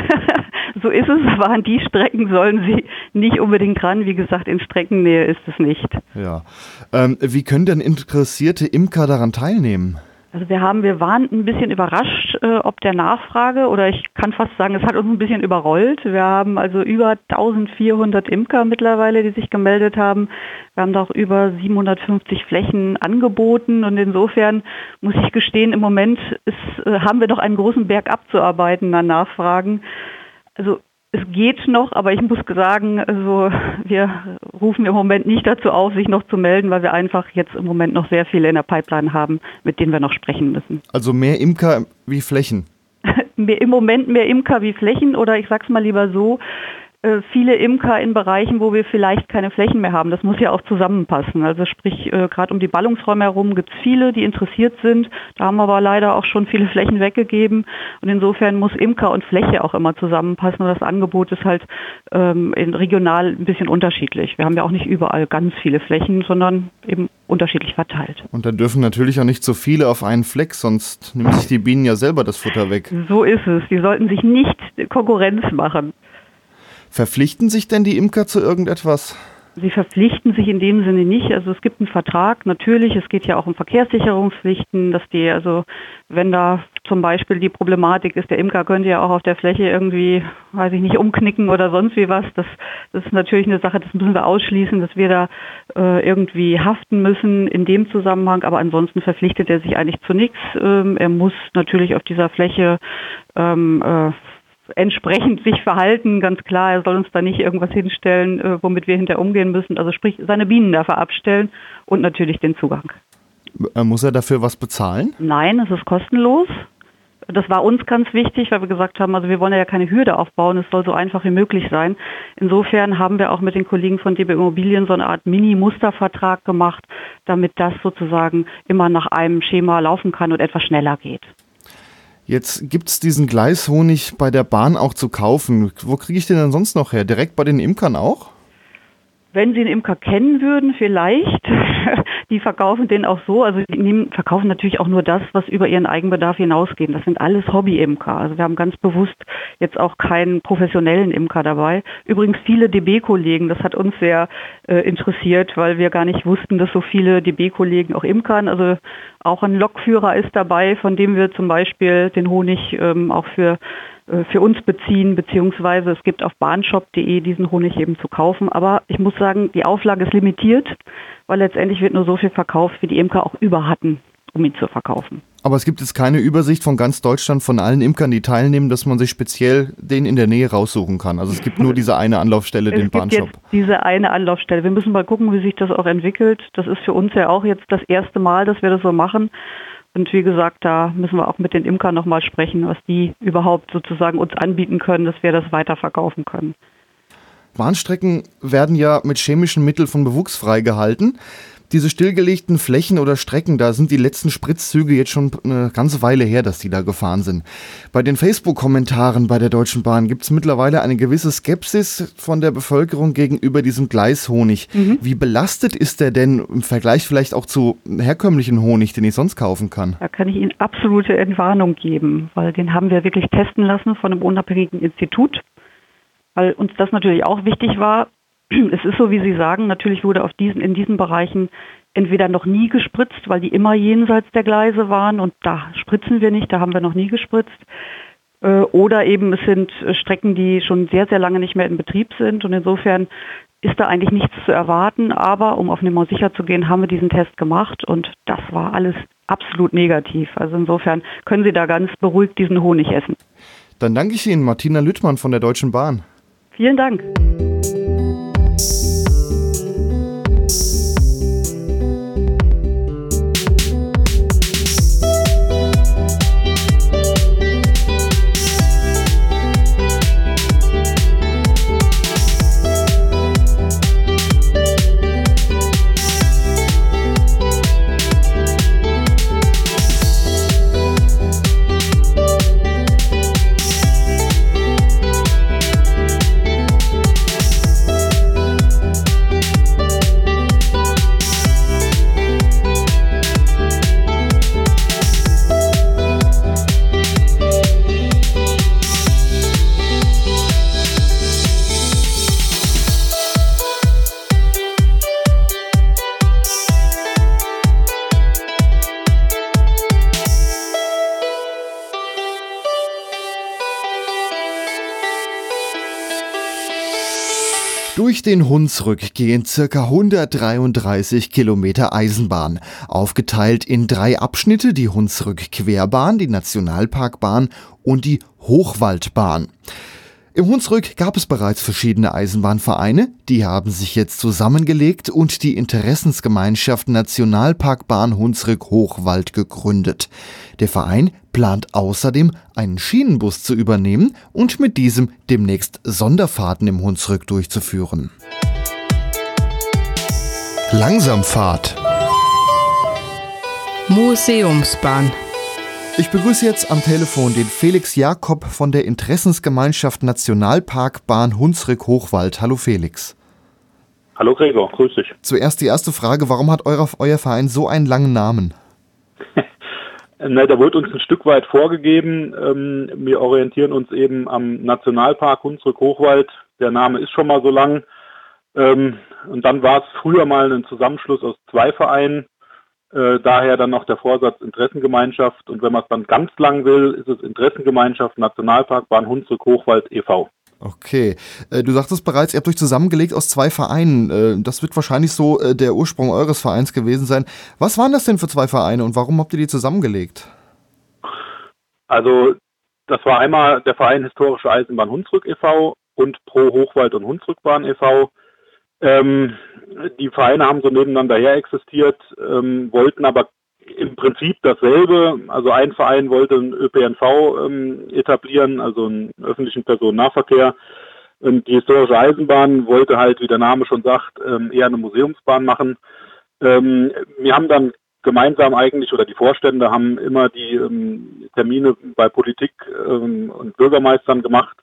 So ist es, aber an die Strecken sollen sie nicht unbedingt ran. Wie gesagt, in Streckennähe ist es nicht. Ja. Wie können denn interessierte Imker daran teilnehmen? Also wir waren ein bisschen überrascht, ob der Nachfrage, oder ich kann fast sagen, es hat uns ein bisschen überrollt. Wir haben also über 1400 Imker mittlerweile, die sich gemeldet haben. Wir haben da auch über 750 Flächen angeboten und insofern muss ich gestehen, im Moment haben wir noch einen großen Berg abzuarbeiten an Nachfragen. Also es geht noch, aber ich muss sagen, also wir rufen im Moment nicht dazu auf, sich noch zu melden, weil wir einfach jetzt im Moment noch sehr viele in der Pipeline haben, mit denen wir noch sprechen müssen. Also mehr Imker wie Flächen? Im Moment mehr Imker wie Flächen oder ich sag's mal lieber so, viele Imker in Bereichen, wo wir vielleicht keine Flächen mehr haben. Das muss ja auch zusammenpassen. Also sprich, gerade um die Ballungsräume herum gibt es viele, die interessiert sind. Da haben wir aber leider auch schon viele Flächen weggegeben. Und insofern muss Imker und Fläche auch immer zusammenpassen. Und das Angebot ist halt regional ein bisschen unterschiedlich. Wir haben ja auch nicht überall ganz viele Flächen, sondern eben unterschiedlich verteilt. Und dann dürfen natürlich auch nicht so viele auf einen Fleck, sonst nehmen sich die Bienen ja selber das Futter weg. So ist es. Die sollten sich nicht Konkurrenz machen. Verpflichten sich denn die Imker zu irgendetwas? Sie verpflichten sich in dem Sinne nicht. Also es gibt einen Vertrag, natürlich, es geht ja auch um Verkehrssicherungspflichten, dass die, also wenn da zum Beispiel die Problematik ist, der Imker könnte ja auch auf der Fläche irgendwie, weiß ich nicht, umknicken oder sonst wie was. Das ist natürlich eine Sache, das müssen wir ausschließen, dass wir da irgendwie haften müssen in dem Zusammenhang. Aber ansonsten verpflichtet er sich eigentlich zu nichts. Er muss natürlich auf dieser Fläche entsprechend sich verhalten, ganz klar, er soll uns da nicht irgendwas hinstellen, womit wir hinterher umgehen müssen, also sprich seine Bienen dafür abstellen und natürlich den Zugang. Muss er dafür was bezahlen? Nein, es ist kostenlos. Das war uns ganz wichtig, weil wir gesagt haben, also wir wollen ja keine Hürde aufbauen, es soll so einfach wie möglich sein. Insofern haben wir auch mit den Kollegen von DB Immobilien so eine Art Mini-Mustervertrag gemacht, damit das sozusagen immer nach einem Schema laufen kann und etwas schneller geht. Jetzt gibt es diesen Gleishonig bei der Bahn auch zu kaufen. Wo kriege ich den denn sonst noch her? Direkt bei den Imkern auch? Wenn Sie einen Imker kennen würden, vielleicht. Die verkaufen den auch so. Also die verkaufen natürlich auch nur das, was über ihren Eigenbedarf hinausgeht. Das sind alles Hobby-Imker. Also wir haben ganz bewusst jetzt auch keinen professionellen Imker dabei. Übrigens viele DB-Kollegen, das hat uns sehr interessiert, weil wir gar nicht wussten, dass so viele DB-Kollegen auch imkern. Also auch ein Lokführer ist dabei, von dem wir zum Beispiel den Honig auch für uns beziehen, beziehungsweise es gibt auf bahnshop.de diesen Honig eben zu kaufen. Aber ich muss sagen, die Auflage ist limitiert, weil letztendlich wird nur so viel verkauft, wie die Imker auch über hatten, um ihn zu verkaufen. Aber es gibt jetzt keine Übersicht von ganz Deutschland, von allen Imkern, die teilnehmen, dass man sich speziell den in der Nähe raussuchen kann. Also es gibt nur diese eine Anlaufstelle, den Bahnshop. Es gibt jetzt diese eine Anlaufstelle. Wir müssen mal gucken, wie sich das auch entwickelt. Das ist für uns ja auch jetzt das erste Mal, dass wir das so machen. Und wie gesagt, da müssen wir auch mit den Imkern nochmal sprechen, was die überhaupt sozusagen uns anbieten können, dass wir das weiterverkaufen können. Bahnstrecken werden ja mit chemischen Mitteln von Bewuchs freigehalten. Diese stillgelegten Flächen oder Strecken, da sind die letzten Spritzzüge jetzt schon eine ganze Weile her, dass die da gefahren sind. Bei den Facebook-Kommentaren bei der Deutschen Bahn gibt es mittlerweile eine gewisse Skepsis von der Bevölkerung gegenüber diesem Gleishonig. Wie belastet ist der denn im Vergleich vielleicht auch zu herkömmlichen Honig, den ich sonst kaufen kann? Da kann ich Ihnen absolute Entwarnung geben, weil den haben wir wirklich testen lassen von einem unabhängigen Institut, weil uns das natürlich auch wichtig war. Es ist so, wie Sie sagen, natürlich wurde in diesen Bereichen entweder noch nie gespritzt, weil die immer jenseits der Gleise waren und da spritzen wir nicht, da haben wir noch nie gespritzt. Oder eben es sind Strecken, die schon sehr, sehr lange nicht mehr in Betrieb sind und insofern ist da eigentlich nichts zu erwarten. Aber um auf Nummer sicher zu gehen, haben wir diesen Test gemacht und das war alles absolut negativ. Also insofern können Sie da ganz beruhigt diesen Honig essen. Dann danke ich Ihnen, Martina Lüttmann von der Deutschen Bahn. Vielen Dank. Durch den Hunsrück gehen ca. 133 Kilometer Eisenbahn, aufgeteilt in 3 Abschnitte, die Hunsrück-Querbahn, die Nationalparkbahn und die Hochwaldbahn. Im Hunsrück gab es bereits verschiedene Eisenbahnvereine, die haben sich jetzt zusammengelegt und die Interessensgemeinschaft Nationalparkbahn Hunsrück-Hochwald gegründet. Der Verein plant außerdem, einen Schienenbus zu übernehmen und mit diesem demnächst Sonderfahrten im Hunsrück durchzuführen. Langsamfahrt. Museumsbahn. Ich begrüße jetzt am Telefon den Felix Jakob von der Interessensgemeinschaft Nationalparkbahn Hunsrück-Hochwald. Hallo Felix. Hallo Gregor, grüß dich. Zuerst die erste Frage, warum hat euer Verein so einen langen Namen? Da wird uns ein Stück weit vorgegeben. Wir orientieren uns eben am Nationalpark Hunsrück-Hochwald. Der Name ist schon mal so lang. Und dann war es früher mal ein Zusammenschluss aus 2 Vereinen. Daher dann noch der Vorsatz Interessengemeinschaft. Und wenn man es dann ganz lang will, ist es Interessengemeinschaft Nationalparkbahn Hunsrück-Hochwald e.V. Okay. Du sagtest bereits, ihr habt euch zusammengelegt aus 2 Vereinen. Das wird wahrscheinlich so der Ursprung eures Vereins gewesen sein. Was waren das denn für 2 Vereine und warum habt ihr die zusammengelegt? Also das war einmal der Verein Historische Eisenbahn Hunsrück e.V. und Pro Hochwald und Hunsrückbahn e.V. Die Vereine haben so nebeneinander her existiert, wollten aber im Prinzip dasselbe. Also ein Verein wollte einen ÖPNV etablieren, also einen öffentlichen Personennahverkehr. Und die Historische Eisenbahn wollte halt, wie der Name schon sagt, eher eine Museumsbahn machen. Wir haben dann gemeinsam eigentlich, oder die Vorstände haben immer die Termine bei Politik und Bürgermeistern gemacht.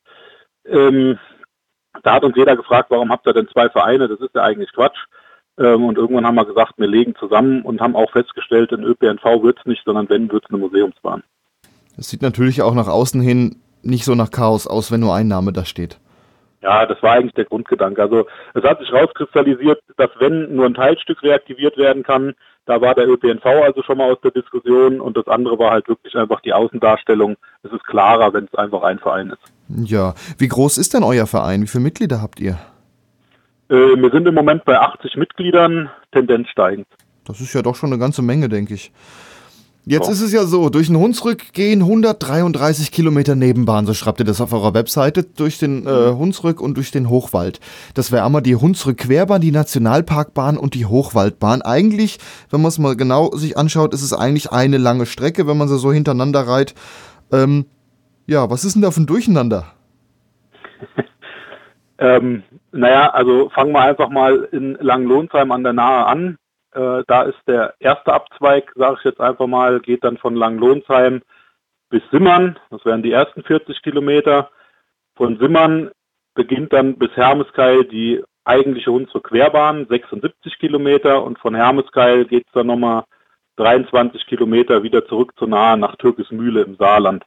Da hat uns jeder gefragt, warum habt ihr denn 2 Vereine? Das ist ja eigentlich Quatsch. Und irgendwann haben wir gesagt, wir legen zusammen und haben auch festgestellt, in ÖPNV wird es nicht, sondern wenn, wird es eine Museumsbahn. Das sieht natürlich auch nach außen hin nicht so nach Chaos aus, wenn nur ein Name da steht. Ja, das war eigentlich der Grundgedanke. Also es hat sich rauskristallisiert, dass wenn nur ein Teilstück reaktiviert werden kann, da war der ÖPNV also schon mal aus der Diskussion, und das andere war halt wirklich einfach die Außendarstellung. Es ist klarer, wenn es einfach ein Verein ist. Ja, wie groß ist denn euer Verein? Wie viele Mitglieder habt ihr? Wir sind im Moment bei 80 Mitgliedern, Tendenz steigend. Das ist ja doch schon eine ganze Menge, denke ich. Jetzt ist es ja so, durch den Hunsrück gehen 133 Kilometer Nebenbahn, so schreibt ihr das auf eurer Webseite, durch den Hunsrück und durch den Hochwald. Das wäre einmal die Hunsrück-Querbahn, die Nationalparkbahn und die Hochwaldbahn. Eigentlich, wenn man es mal genau sich anschaut, ist es eigentlich eine lange Strecke, wenn man sie so hintereinander reiht. Ja, was ist denn da für ein Durcheinander? Naja, also fangen wir einfach mal in Langenlohnsheim an der Nahe an. Da ist der erste Abzweig, sage ich jetzt einfach mal, geht dann von Langenlohnsheim bis Simmern. Das wären die ersten 40 Kilometer. Von Simmern beginnt dann bis Hermeskeil die eigentliche Hunsrück-Querbahn, 76 Kilometer. Und von Hermeskeil geht es dann nochmal 23 Kilometer wieder zurück zur Nahe nach Türkismühle im Saarland.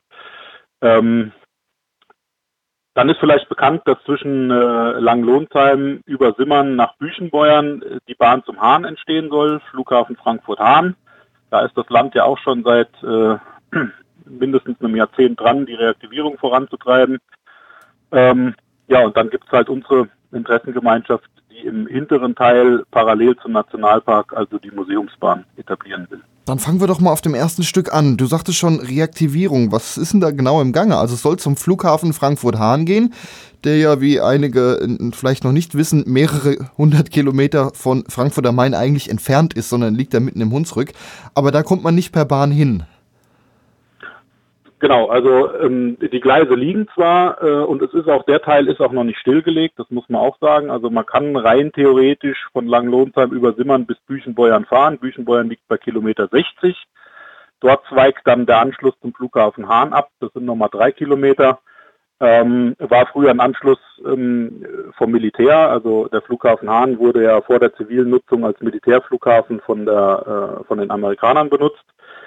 Dann ist vielleicht bekannt, dass zwischen Langenlohnsheim über Simmern nach Büchenbeuern die Bahn zum Hahn entstehen soll, Flughafen Frankfurt-Hahn. Da ist das Land ja auch schon seit mindestens einem Jahrzehnt dran, die Reaktivierung voranzutreiben. Ja, und dann gibt es halt unsere Interessengemeinschaft, die im hinteren Teil parallel zum Nationalpark, also die Museumsbahn, etablieren will. Dann fangen wir doch mal auf dem ersten Stück an. Du sagtest schon Reaktivierung. Was ist denn da genau im Gange? Also es soll zum Flughafen Frankfurt-Hahn gehen, der ja, wie einige vielleicht noch nicht wissen, mehrere 100 Kilometer von Frankfurt am Main eigentlich entfernt ist, sondern liegt da mitten im Hunsrück. Aber da kommt man nicht per Bahn hin. Genau, also die Gleise liegen zwar und es ist auch, der Teil ist auch noch nicht stillgelegt, das muss man auch sagen. Also man kann rein theoretisch von Langenlohnsheim über Simmern bis Büchenbeuern fahren. Büchenbeuern liegt bei Kilometer 60. Dort zweigt dann der Anschluss zum Flughafen Hahn ab, das sind nochmal 3 Kilometer. War früher ein Anschluss vom Militär, also der Flughafen Hahn wurde ja vor der zivilen Nutzung als Militärflughafen von den Amerikanern benutzt.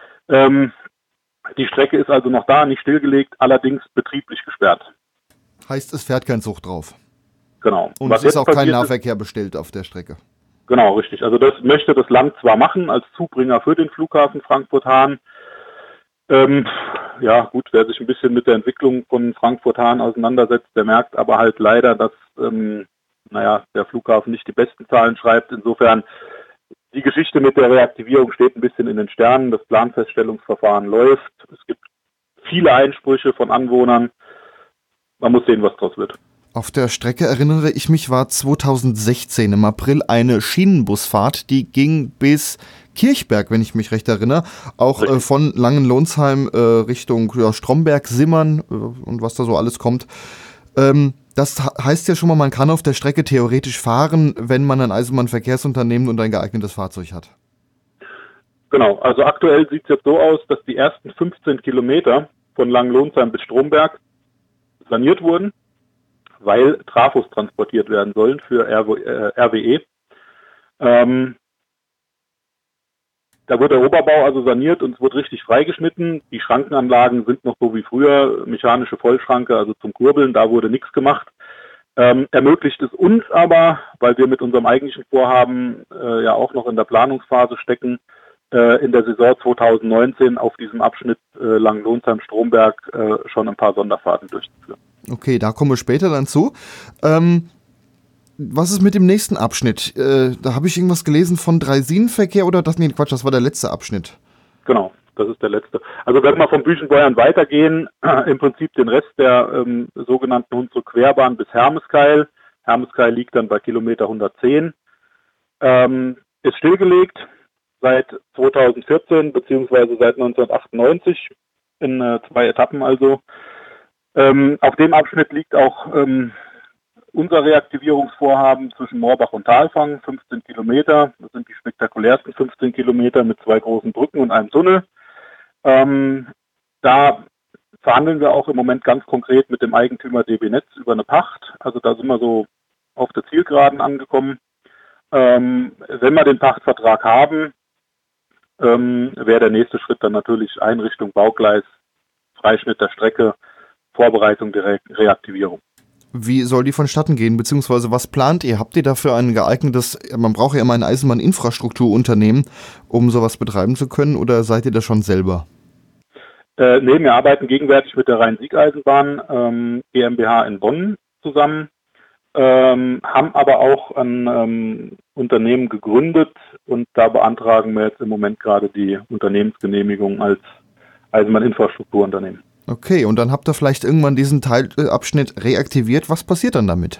Die Strecke ist also noch da, nicht stillgelegt, allerdings betrieblich gesperrt. Heißt, es fährt kein Zug drauf. Genau. Und es ist auch kein Nahverkehr bestellt auf der Strecke. Genau, richtig. Also das möchte das Land zwar machen als Zubringer für den Flughafen Frankfurt-Hahn. Ja gut, wer sich ein bisschen mit der Entwicklung von Frankfurt-Hahn auseinandersetzt, der merkt aber halt leider, dass der Flughafen nicht die besten Zahlen schreibt. Insofern die Geschichte mit der Reaktivierung steht ein bisschen in den Sternen. Das Planfeststellungsverfahren läuft. Es gibt viele Einsprüche von Anwohnern. Man muss sehen, was draus wird. Auf der Strecke, erinnere ich mich, war 2016 im April eine Schienenbusfahrt, die ging bis Kirchberg, wenn ich mich recht erinnere. Auch von Langenlohnsheim Richtung Stromberg, Simmern und was da so alles kommt. Das heißt ja schon mal, man kann auf der Strecke theoretisch fahren, wenn man ein Eisenbahnverkehrsunternehmen und ein geeignetes Fahrzeug hat. Genau, also aktuell sieht es jetzt so aus, dass die ersten 15 Kilometer von Langenlohnsheim bis Stromberg saniert wurden, weil Trafos transportiert werden sollen für RWE. Da wird der Oberbau also saniert und es wird richtig freigeschnitten. Die Schrankenanlagen sind noch so wie früher, mechanische Vollschranke, also zum Kurbeln, da wurde nichts gemacht. Ermöglicht es uns aber, weil wir mit unserem eigentlichen Vorhaben ja auch noch in der Planungsphase stecken, in der Saison 2019 auf diesem Abschnitt Langenlohnsheim-Stromberg schon ein paar Sonderfahrten durchzuführen. Okay, da kommen wir später dann zu. Was ist mit dem nächsten Abschnitt? Da habe ich irgendwas gelesen von Dreisinenverkehr oder das? Nee, Quatsch, das war der letzte Abschnitt. Genau, das ist der letzte. Also wenn wir von Büchenbeuern weitergehen, im Prinzip den Rest der sogenannten Hunsrück-Querbahn bis Hermeskeil. Hermeskeil liegt dann bei Kilometer 110. Ist stillgelegt seit 2014 beziehungsweise seit 1998 in 2 Etappen also. Auf dem Abschnitt liegt auch unser Reaktivierungsvorhaben zwischen Moorbach und Thalfang, 15 Kilometer. Das sind die spektakulärsten 15 Kilometer mit 2 großen Brücken und einem Tunnel. Da verhandeln wir auch im Moment ganz konkret mit dem Eigentümer DB Netz über eine Pacht. Also da sind wir so auf der Zielgeraden angekommen. Wenn wir den Pachtvertrag haben, wäre der nächste Schritt dann natürlich Einrichtung Baugleis, Freischnitt der Strecke, Vorbereitung der Reaktivierung. Wie soll die vonstatten gehen, beziehungsweise was plant ihr? Habt ihr dafür ein geeignetes, man braucht ja immer ein Eisenbahninfrastrukturunternehmen, um sowas betreiben zu können, oder seid ihr das schon selber? Nee, wir arbeiten gegenwärtig mit der Rhein-Sieg-Eisenbahn GmbH in Bonn zusammen, haben aber auch ein Unternehmen gegründet und da beantragen wir jetzt im Moment gerade die Unternehmensgenehmigung als Eisenbahninfrastrukturunternehmen. Okay, und dann habt ihr vielleicht irgendwann diesen Teilabschnitt reaktiviert. Was passiert dann damit?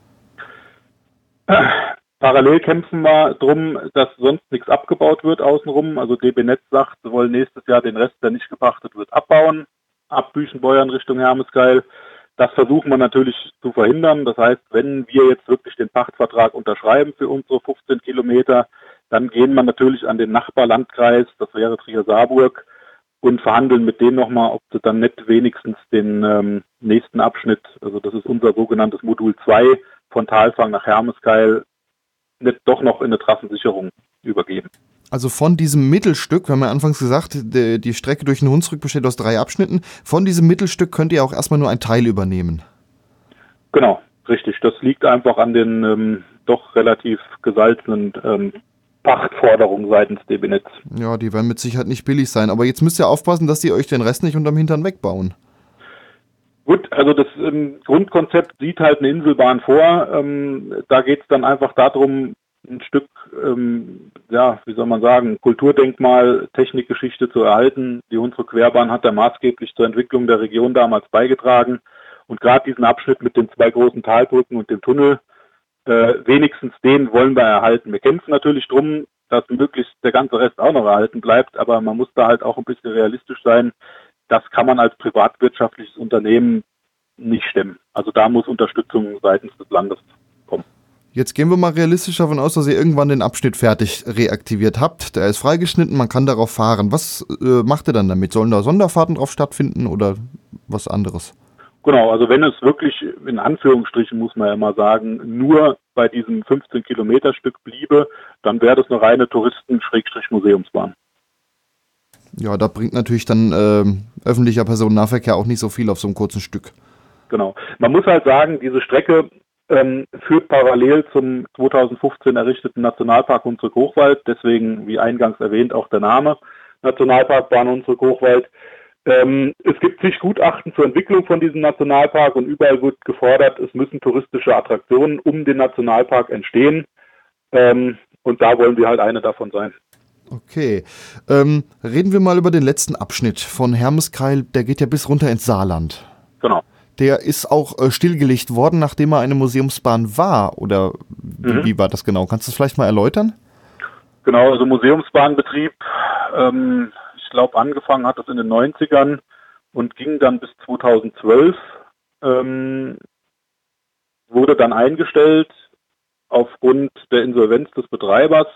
Parallel kämpfen wir darum, dass sonst nichts abgebaut wird außenrum. Also DB Netz sagt, sie wollen nächstes Jahr den Rest, der nicht gepachtet wird, abbauen, ab Büchenbeuern Richtung Hermeskeil. Das versuchen wir natürlich zu verhindern. Das heißt, wenn wir jetzt wirklich den Pachtvertrag unterschreiben für unsere 15 Kilometer, dann gehen wir natürlich an den Nachbarlandkreis, das wäre Trier-Saarburg, und verhandeln mit denen nochmal, ob sie dann nicht wenigstens den nächsten Abschnitt, also das ist unser sogenanntes Modul 2 von Thalfang nach Hermeskeil, nicht doch noch in eine Trassensicherung übergeben. Also von diesem Mittelstück, wir haben ja anfangs gesagt, die Strecke durch den Hunsrück besteht aus 3 Abschnitten, von diesem Mittelstück könnt ihr auch erstmal nur einen Teil übernehmen. Genau, richtig. Das liegt einfach an den doch relativ gesalzenen Pachtforderung seitens DB Netz. Ja, die werden mit Sicherheit nicht billig sein, aber jetzt müsst ihr aufpassen, dass die euch den Rest nicht unterm Hintern wegbauen. Gut, also das Grundkonzept sieht halt eine Inselbahn vor. Da geht es dann einfach darum, ein Stück, wie soll man sagen, Kulturdenkmal, Technikgeschichte zu erhalten. Die Hunsrück Querbahn hat da maßgeblich zur Entwicklung der Region damals beigetragen. Und gerade diesen Abschnitt mit den 2 großen Talbrücken und dem Tunnel, wenigstens den wollen wir erhalten. Wir kämpfen natürlich drum, dass möglichst der ganze Rest auch noch erhalten bleibt, aber man muss da halt auch ein bisschen realistisch sein. Das kann man als privatwirtschaftliches Unternehmen nicht stemmen. Also da muss Unterstützung seitens des Landes kommen. Jetzt gehen wir mal realistisch davon aus, dass ihr irgendwann den Abschnitt fertig reaktiviert habt. Der ist freigeschnitten, man kann darauf fahren. Was macht ihr dann damit? Sollen da Sonderfahrten drauf stattfinden oder was anderes? Genau, also wenn es wirklich, in Anführungsstrichen muss man ja mal sagen, nur bei diesem 15-Kilometer-Stück bliebe, dann wäre das eine reine Touristen-Museumsbahn. Ja, da bringt natürlich dann öffentlicher Personennahverkehr auch nicht so viel auf so einem kurzen Stück. Genau. Man muss halt sagen, diese Strecke führt parallel zum 2015 errichteten Nationalpark Hunsrück-Hochwald, deswegen, wie eingangs erwähnt, auch der Name Nationalparkbahn Hunsrück-Hochwald. Es gibt zig Gutachten zur Entwicklung von diesem Nationalpark und überall wird gefordert, es müssen touristische Attraktionen um den Nationalpark entstehen und da wollen wir halt eine davon sein. Okay, reden wir mal über den letzten Abschnitt von Hermeskeil, der geht ja bis runter ins Saarland. Genau. Der ist auch stillgelegt worden, nachdem er eine Museumsbahn war, oder wie war das genau? Kannst du das vielleicht mal erläutern? Genau, also Museumsbahnbetrieb, ich glaube angefangen hat das in den 90ern und ging dann bis 2012, wurde dann eingestellt aufgrund der Insolvenz des Betreibers.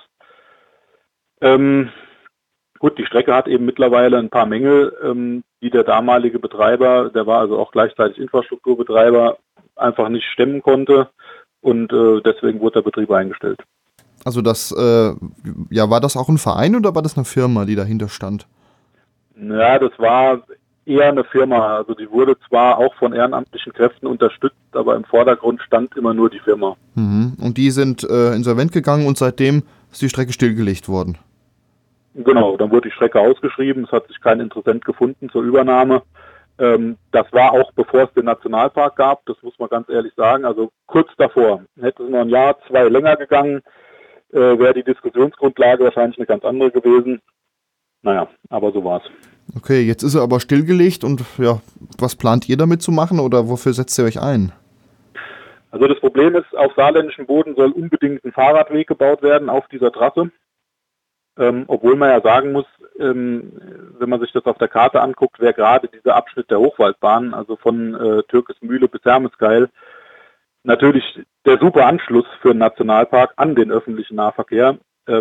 Gut, die Strecke hat eben mittlerweile ein paar Mängel, die der damalige Betreiber, der war also auch gleichzeitig Infrastrukturbetreiber, einfach nicht stemmen konnte und deswegen wurde der Betrieb eingestellt. Also das, war das auch ein Verein oder war das eine Firma, die dahinter stand? Ja, das war eher eine Firma. Also die wurde zwar auch von ehrenamtlichen Kräften unterstützt, aber im Vordergrund stand immer nur die Firma. Mhm. Und die sind insolvent gegangen und seitdem ist die Strecke stillgelegt worden? Genau, dann wurde die Strecke ausgeschrieben. Es hat sich kein Interessent gefunden zur Übernahme. Das war auch bevor es den Nationalpark gab, das muss man ganz ehrlich sagen. Also kurz davor. Hätte es noch ein Jahr, 2 länger gegangen, wäre die Diskussionsgrundlage wahrscheinlich eine ganz andere gewesen. Naja, aber so war's. Okay, jetzt ist er aber stillgelegt und ja, was plant ihr damit zu machen oder wofür setzt ihr euch ein? Also das Problem ist, auf saarländischem Boden soll unbedingt ein Fahrradweg gebaut werden auf dieser Trasse. Obwohl man ja sagen muss, wenn man sich das auf der Karte anguckt, wäre gerade dieser Abschnitt der Hochwaldbahn, also von Türkismühle bis Hermeskeil, natürlich der super Anschluss für einen Nationalpark an den öffentlichen Nahverkehr.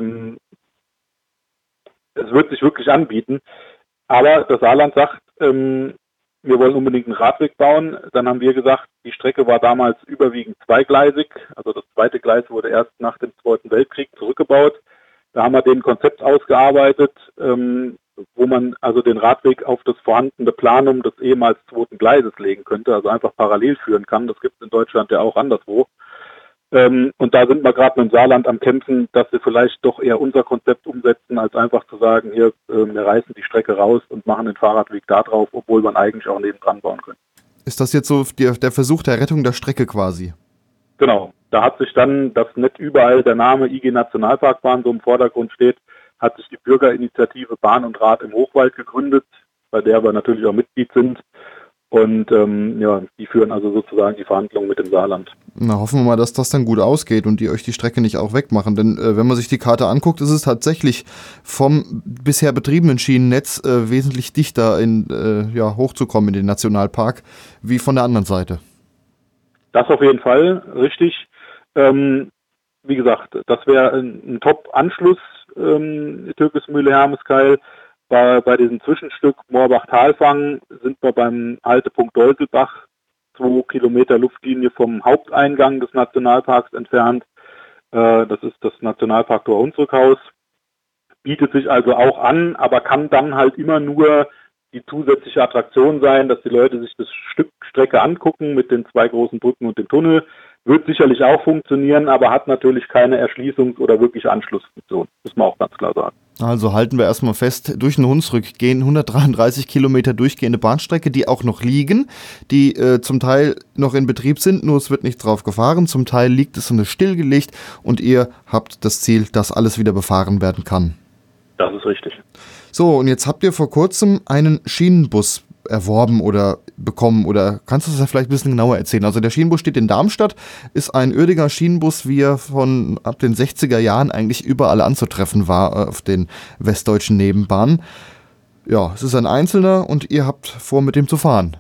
Es wird sich wirklich anbieten. Aber das Saarland sagt, wir wollen unbedingt einen Radweg bauen. Dann haben wir gesagt, die Strecke war damals überwiegend zweigleisig. Also das zweite Gleis wurde erst nach dem Zweiten Weltkrieg zurückgebaut. Da haben wir den Konzept ausgearbeitet, wo man also den Radweg auf das vorhandene Planum des ehemals zweiten Gleises legen könnte, also einfach parallel führen kann. Das gibt es in Deutschland ja auch anderswo. Und da sind wir gerade mit dem Saarland am Kämpfen, dass wir vielleicht doch eher unser Konzept umsetzen, als einfach zu sagen, hier, wir reißen die Strecke raus und machen den Fahrradweg da drauf, obwohl man eigentlich auch nebendran bauen könnte. Ist das jetzt so der Versuch der Rettung der Strecke quasi? Genau. Da hat sich dann, dass nicht überall der Name IG Nationalparkbahn so im Vordergrund steht, hat sich die Bürgerinitiative Bahn und Rad im Hochwald gegründet, bei der wir natürlich auch Mitglied sind. Und die führen also sozusagen die Verhandlungen mit dem Saarland. Na, hoffen wir mal, dass das dann gut ausgeht und die euch die Strecke nicht auch wegmachen. Denn wenn man sich die Karte anguckt, ist es tatsächlich vom bisher betriebenen Schienennetz wesentlich dichter hochzukommen in den Nationalpark, wie von der anderen Seite. Das auf jeden Fall, richtig. Wie gesagt, das wäre ein Top-Anschluss, Türkismühle-Hermeskeil. Bei diesem Zwischenstück Moorbach-Talfang sind wir beim Haltepunkt Deuselbach, 2 Kilometer Luftlinie vom Haupteingang des Nationalparks entfernt. Das ist das Nationalparktor Hunsrückhaus. Bietet sich also auch an, aber kann dann halt immer nur die zusätzliche Attraktion sein, dass die Leute sich das Stück Strecke angucken mit den 2 großen Brücken und dem Tunnel. Wird sicherlich auch funktionieren, aber hat natürlich keine Erschließungs- oder wirkliche Anschlussfunktion. Muss man auch ganz klar sagen. Also halten wir erstmal fest, durch den Hunsrück gehen 133 Kilometer durchgehende Bahnstrecke, die auch noch liegen, die zum Teil noch in Betrieb sind, nur es wird nicht drauf gefahren, zum Teil liegt es stillgelegt und ihr habt das Ziel, dass alles wieder befahren werden kann. Das ist richtig. So, und jetzt habt ihr vor kurzem einen Schienenbus erworben oder bekommen, oder kannst du das ja vielleicht ein bisschen genauer erzählen? Also der Schienenbus steht in Darmstadt, ist ein Uerdiger Schienenbus, wie er von ab den 60er Jahren eigentlich überall anzutreffen war auf den westdeutschen Nebenbahnen. Ja, es ist ein einzelner und ihr habt vor, mit dem zu fahren.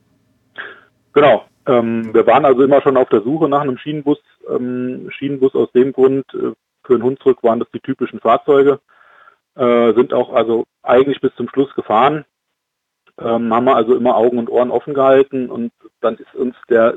Genau. Wir waren also immer schon auf der Suche nach einem Schienenbus. Schienenbus aus dem Grund, für den Hunsrück waren das die typischen Fahrzeuge, sind auch also eigentlich bis zum Schluss gefahren. Haben wir also immer Augen und Ohren offen gehalten und dann ist uns der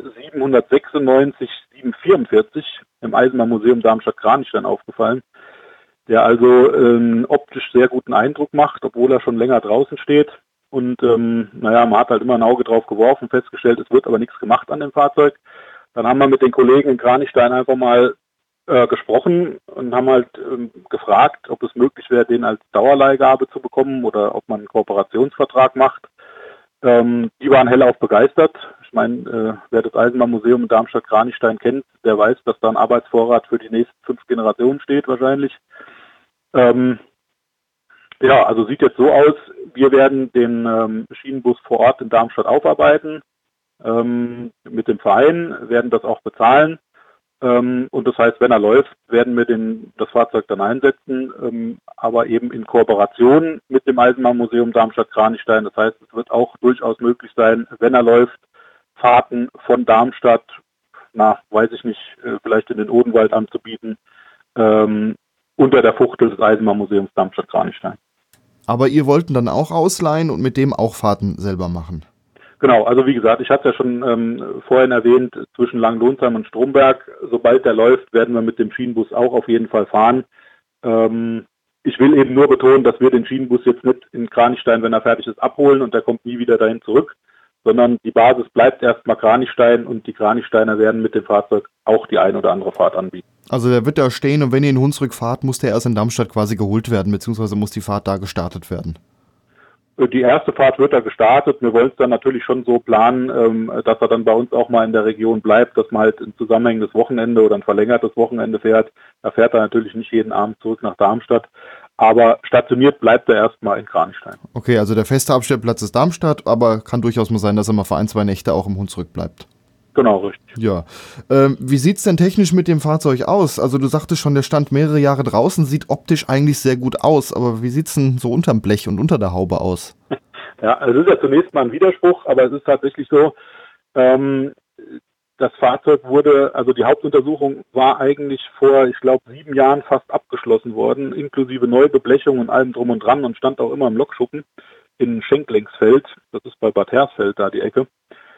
796-744 im Eisenbahnmuseum Darmstadt-Kranichstein aufgefallen, der also optisch sehr guten Eindruck macht, obwohl er schon länger draußen steht. Und man hat halt immer ein Auge drauf geworfen, festgestellt, es wird aber nichts gemacht an dem Fahrzeug. Dann haben wir mit den Kollegen in Kranichstein einfach mal gesprochen und haben halt gefragt, ob es möglich wäre, den als Dauerleihgabe zu bekommen oder ob man einen Kooperationsvertrag macht. Die waren hellauf begeistert. Ich meine, wer das Eisenbahnmuseum in Darmstadt-Kranichstein kennt, der weiß, dass da ein Arbeitsvorrat für die nächsten 5 Generationen steht wahrscheinlich. Also sieht jetzt so aus, wir werden den Schienenbus vor Ort in Darmstadt aufarbeiten mit dem Verein, werden das auch bezahlen. Und das heißt, wenn er läuft, werden wir das Fahrzeug dann einsetzen, aber eben in Kooperation mit dem Eisenbahnmuseum Darmstadt-Kranichstein. Das heißt, es wird auch durchaus möglich sein, wenn er läuft, Fahrten von Darmstadt nach, vielleicht in den Odenwald anzubieten, unter der Fuchtel des Eisenbahnmuseums Darmstadt-Kranichstein. Aber ihr wollten dann auch ausleihen und mit dem auch Fahrten selber machen? Genau, also wie gesagt, ich hatte ja schon vorhin erwähnt, zwischen Langenlonsheim und Stromberg, sobald der läuft, werden wir mit dem Schienenbus auch auf jeden Fall fahren. Ich will eben nur betonen, dass wir den Schienenbus jetzt nicht in Kranichstein, wenn er fertig ist, abholen und der kommt nie wieder dahin zurück, sondern die Basis bleibt erstmal Kranichstein und die Kranichsteiner werden mit dem Fahrzeug auch die ein oder andere Fahrt anbieten. Also der wird da stehen und wenn ihr in Hunsrück fahrt, muss der erst in Darmstadt quasi geholt werden, beziehungsweise muss die Fahrt da gestartet werden. Die erste Fahrt wird da gestartet. Wir wollen es dann natürlich schon so planen, dass er dann bei uns auch mal in der Region bleibt, dass man halt ein zusammenhängendes Wochenende oder ein verlängertes Wochenende fährt. Da fährt er natürlich nicht jeden Abend zurück nach Darmstadt. Aber stationiert bleibt er erstmal in Kranichstein. Okay, also der feste Abstellplatz ist Darmstadt, aber kann durchaus mal sein, dass er mal für 1-2 Nächte auch im Hunsrück bleibt. Genau, richtig. Ja. Wie sieht's denn technisch mit dem Fahrzeug aus? Also du sagtest schon, der stand mehrere Jahre draußen, sieht optisch eigentlich sehr gut aus, aber wie sieht's denn so unterm Blech und unter der Haube aus? Ja, es ist ja zunächst mal ein Widerspruch, aber es ist tatsächlich so, das Fahrzeug also die Hauptuntersuchung war eigentlich vor, ich glaube, 7 Jahren fast abgeschlossen worden, inklusive Neubeblechung und allem drum und dran und stand auch immer im Lokschuppen in Schenklengsfeld. Das ist bei Bad Hersfeld da die Ecke.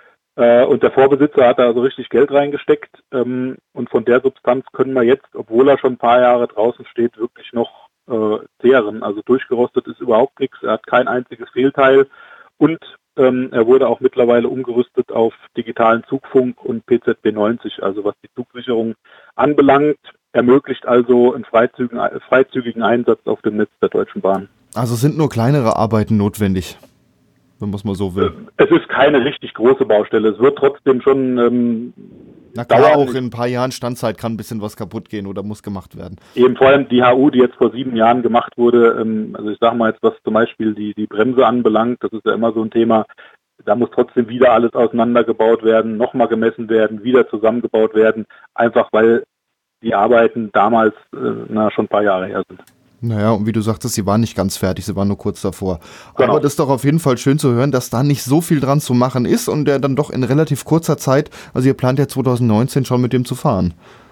Und der Vorbesitzer hat da also richtig Geld reingesteckt. Und von der Substanz können wir jetzt, obwohl er schon ein paar Jahre draußen steht, wirklich noch zehren. Also durchgerostet ist überhaupt nichts. Er hat kein einziges Fehlteil. Und er wurde auch mittlerweile umgerüstet auf digitalen Zugfunk und PZB 90, also was die Zugsicherung anbelangt, ermöglicht also einen freizügigen Einsatz auf dem Netz der Deutschen Bahn. Also sind nur kleinere Arbeiten notwendig, wenn man es mal so will. Es ist keine richtig große Baustelle. Es wird trotzdem schon na klar, auch in ein paar Jahren Standzeit kann ein bisschen was kaputt gehen oder muss gemacht werden. Eben vor allem die HU, die jetzt vor 7 Jahren gemacht wurde, also ich sage mal jetzt, was zum Beispiel die Bremse anbelangt, das ist ja immer so ein Thema, da muss trotzdem wieder alles auseinandergebaut werden, nochmal gemessen werden, wieder zusammengebaut werden, einfach weil die Arbeiten damals schon ein paar Jahre her sind. Naja, und wie du sagtest, sie waren nicht ganz fertig, sie waren nur kurz davor. Genau. Aber das ist doch auf jeden Fall schön zu hören, dass da nicht so viel dran zu machen ist und der dann doch in relativ kurzer Zeit, also ihr plant ja 2019 schon mit dem zu fahren.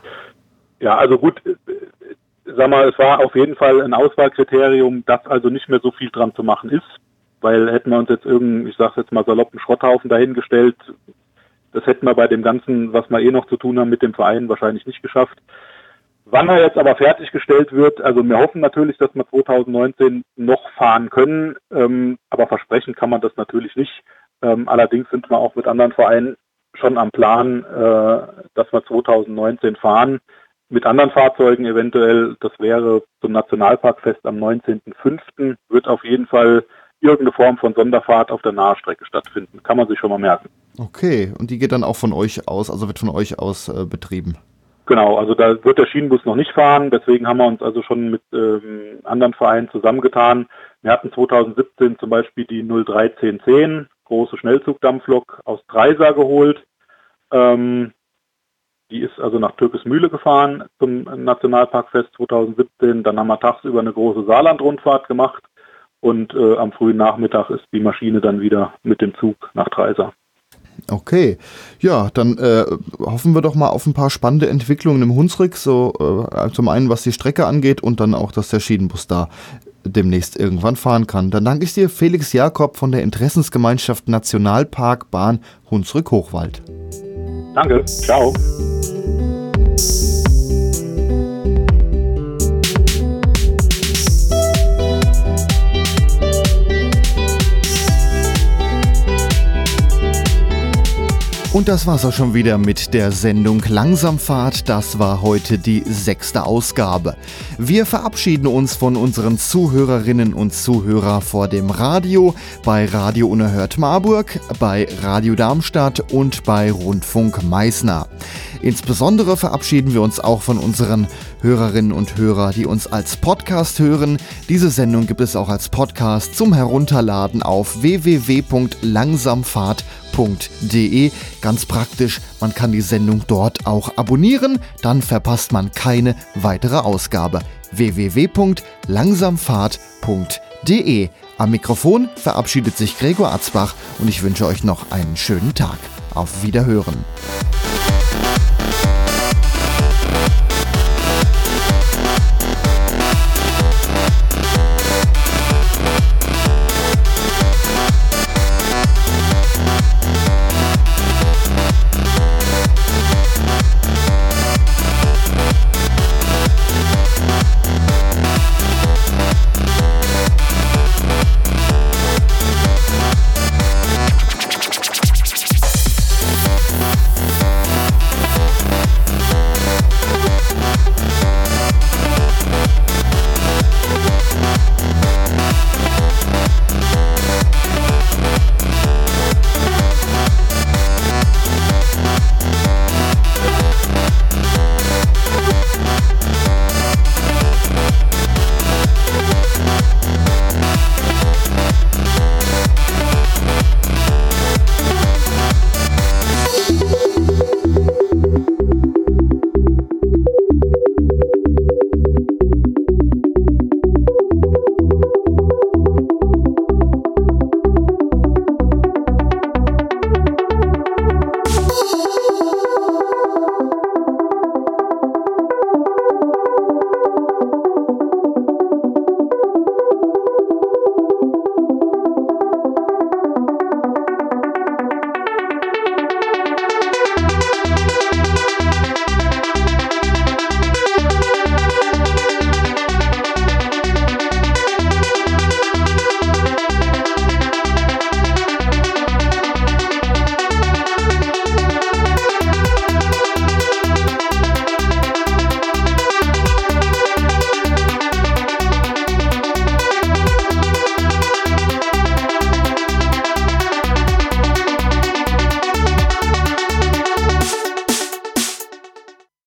Ja, also gut, sag mal, es war auf jeden Fall ein Auswahlkriterium, dass also nicht mehr so viel dran zu machen ist, weil hätten wir uns jetzt ich sag's jetzt mal salopp, einen Schrotthaufen dahingestellt, das hätten wir bei dem Ganzen, was wir noch zu tun haben mit dem Verein, wahrscheinlich nicht geschafft. Wann er jetzt aber fertiggestellt wird, also wir hoffen natürlich, dass wir 2019 noch fahren können, aber versprechen kann man das natürlich nicht. Allerdings sind wir auch mit anderen Vereinen schon am Plan, dass wir 2019 fahren. Mit anderen Fahrzeugen eventuell, das wäre zum Nationalparkfest am 19.05. wird auf jeden Fall irgendeine Form von Sonderfahrt auf der Nahstrecke stattfinden. Kann man sich schon mal merken. Okay, und die geht dann auch von euch aus, also wird von euch aus betrieben? Genau, also da wird der Schienenbus noch nicht fahren, deswegen haben wir uns also schon mit anderen Vereinen zusammengetan. Wir hatten 2017 zum Beispiel die 031010, große Schnellzugdampflok aus Dreisa geholt. Die ist also nach Türkismühle gefahren zum Nationalparkfest 2017. Dann haben wir tagsüber eine große Saarland-Rundfahrt gemacht und am frühen Nachmittag ist die Maschine dann wieder mit dem Zug nach Dreisa. Okay, ja, dann hoffen wir doch mal auf ein paar spannende Entwicklungen im Hunsrück, so zum einen was die Strecke angeht und dann auch, dass der Schienenbus da demnächst irgendwann fahren kann. Dann danke ich dir, Felix Jakob von der Interessensgemeinschaft Nationalpark Bahn Hunsrück-Hochwald. Danke, ciao. Und das war's auch schon wieder mit der Sendung Langsamfahrt. Das war heute die 6. Ausgabe. Wir verabschieden uns von unseren Zuhörerinnen und Zuhörern vor dem Radio, bei Radio Unerhört Marburg, bei Radio Darmstadt und bei Rundfunk Meißner. Insbesondere verabschieden wir uns auch von unseren Hörerinnen und Hörern, die uns als Podcast hören. Diese Sendung gibt es auch als Podcast zum Herunterladen auf www.langsamfahrt.de. Ganz praktisch, man kann die Sendung dort auch abonnieren, dann verpasst man keine weitere Ausgabe. www.langsamfahrt.de. Am Mikrofon verabschiedet sich Gregor Atzbach und ich wünsche euch noch einen schönen Tag. Auf Wiederhören.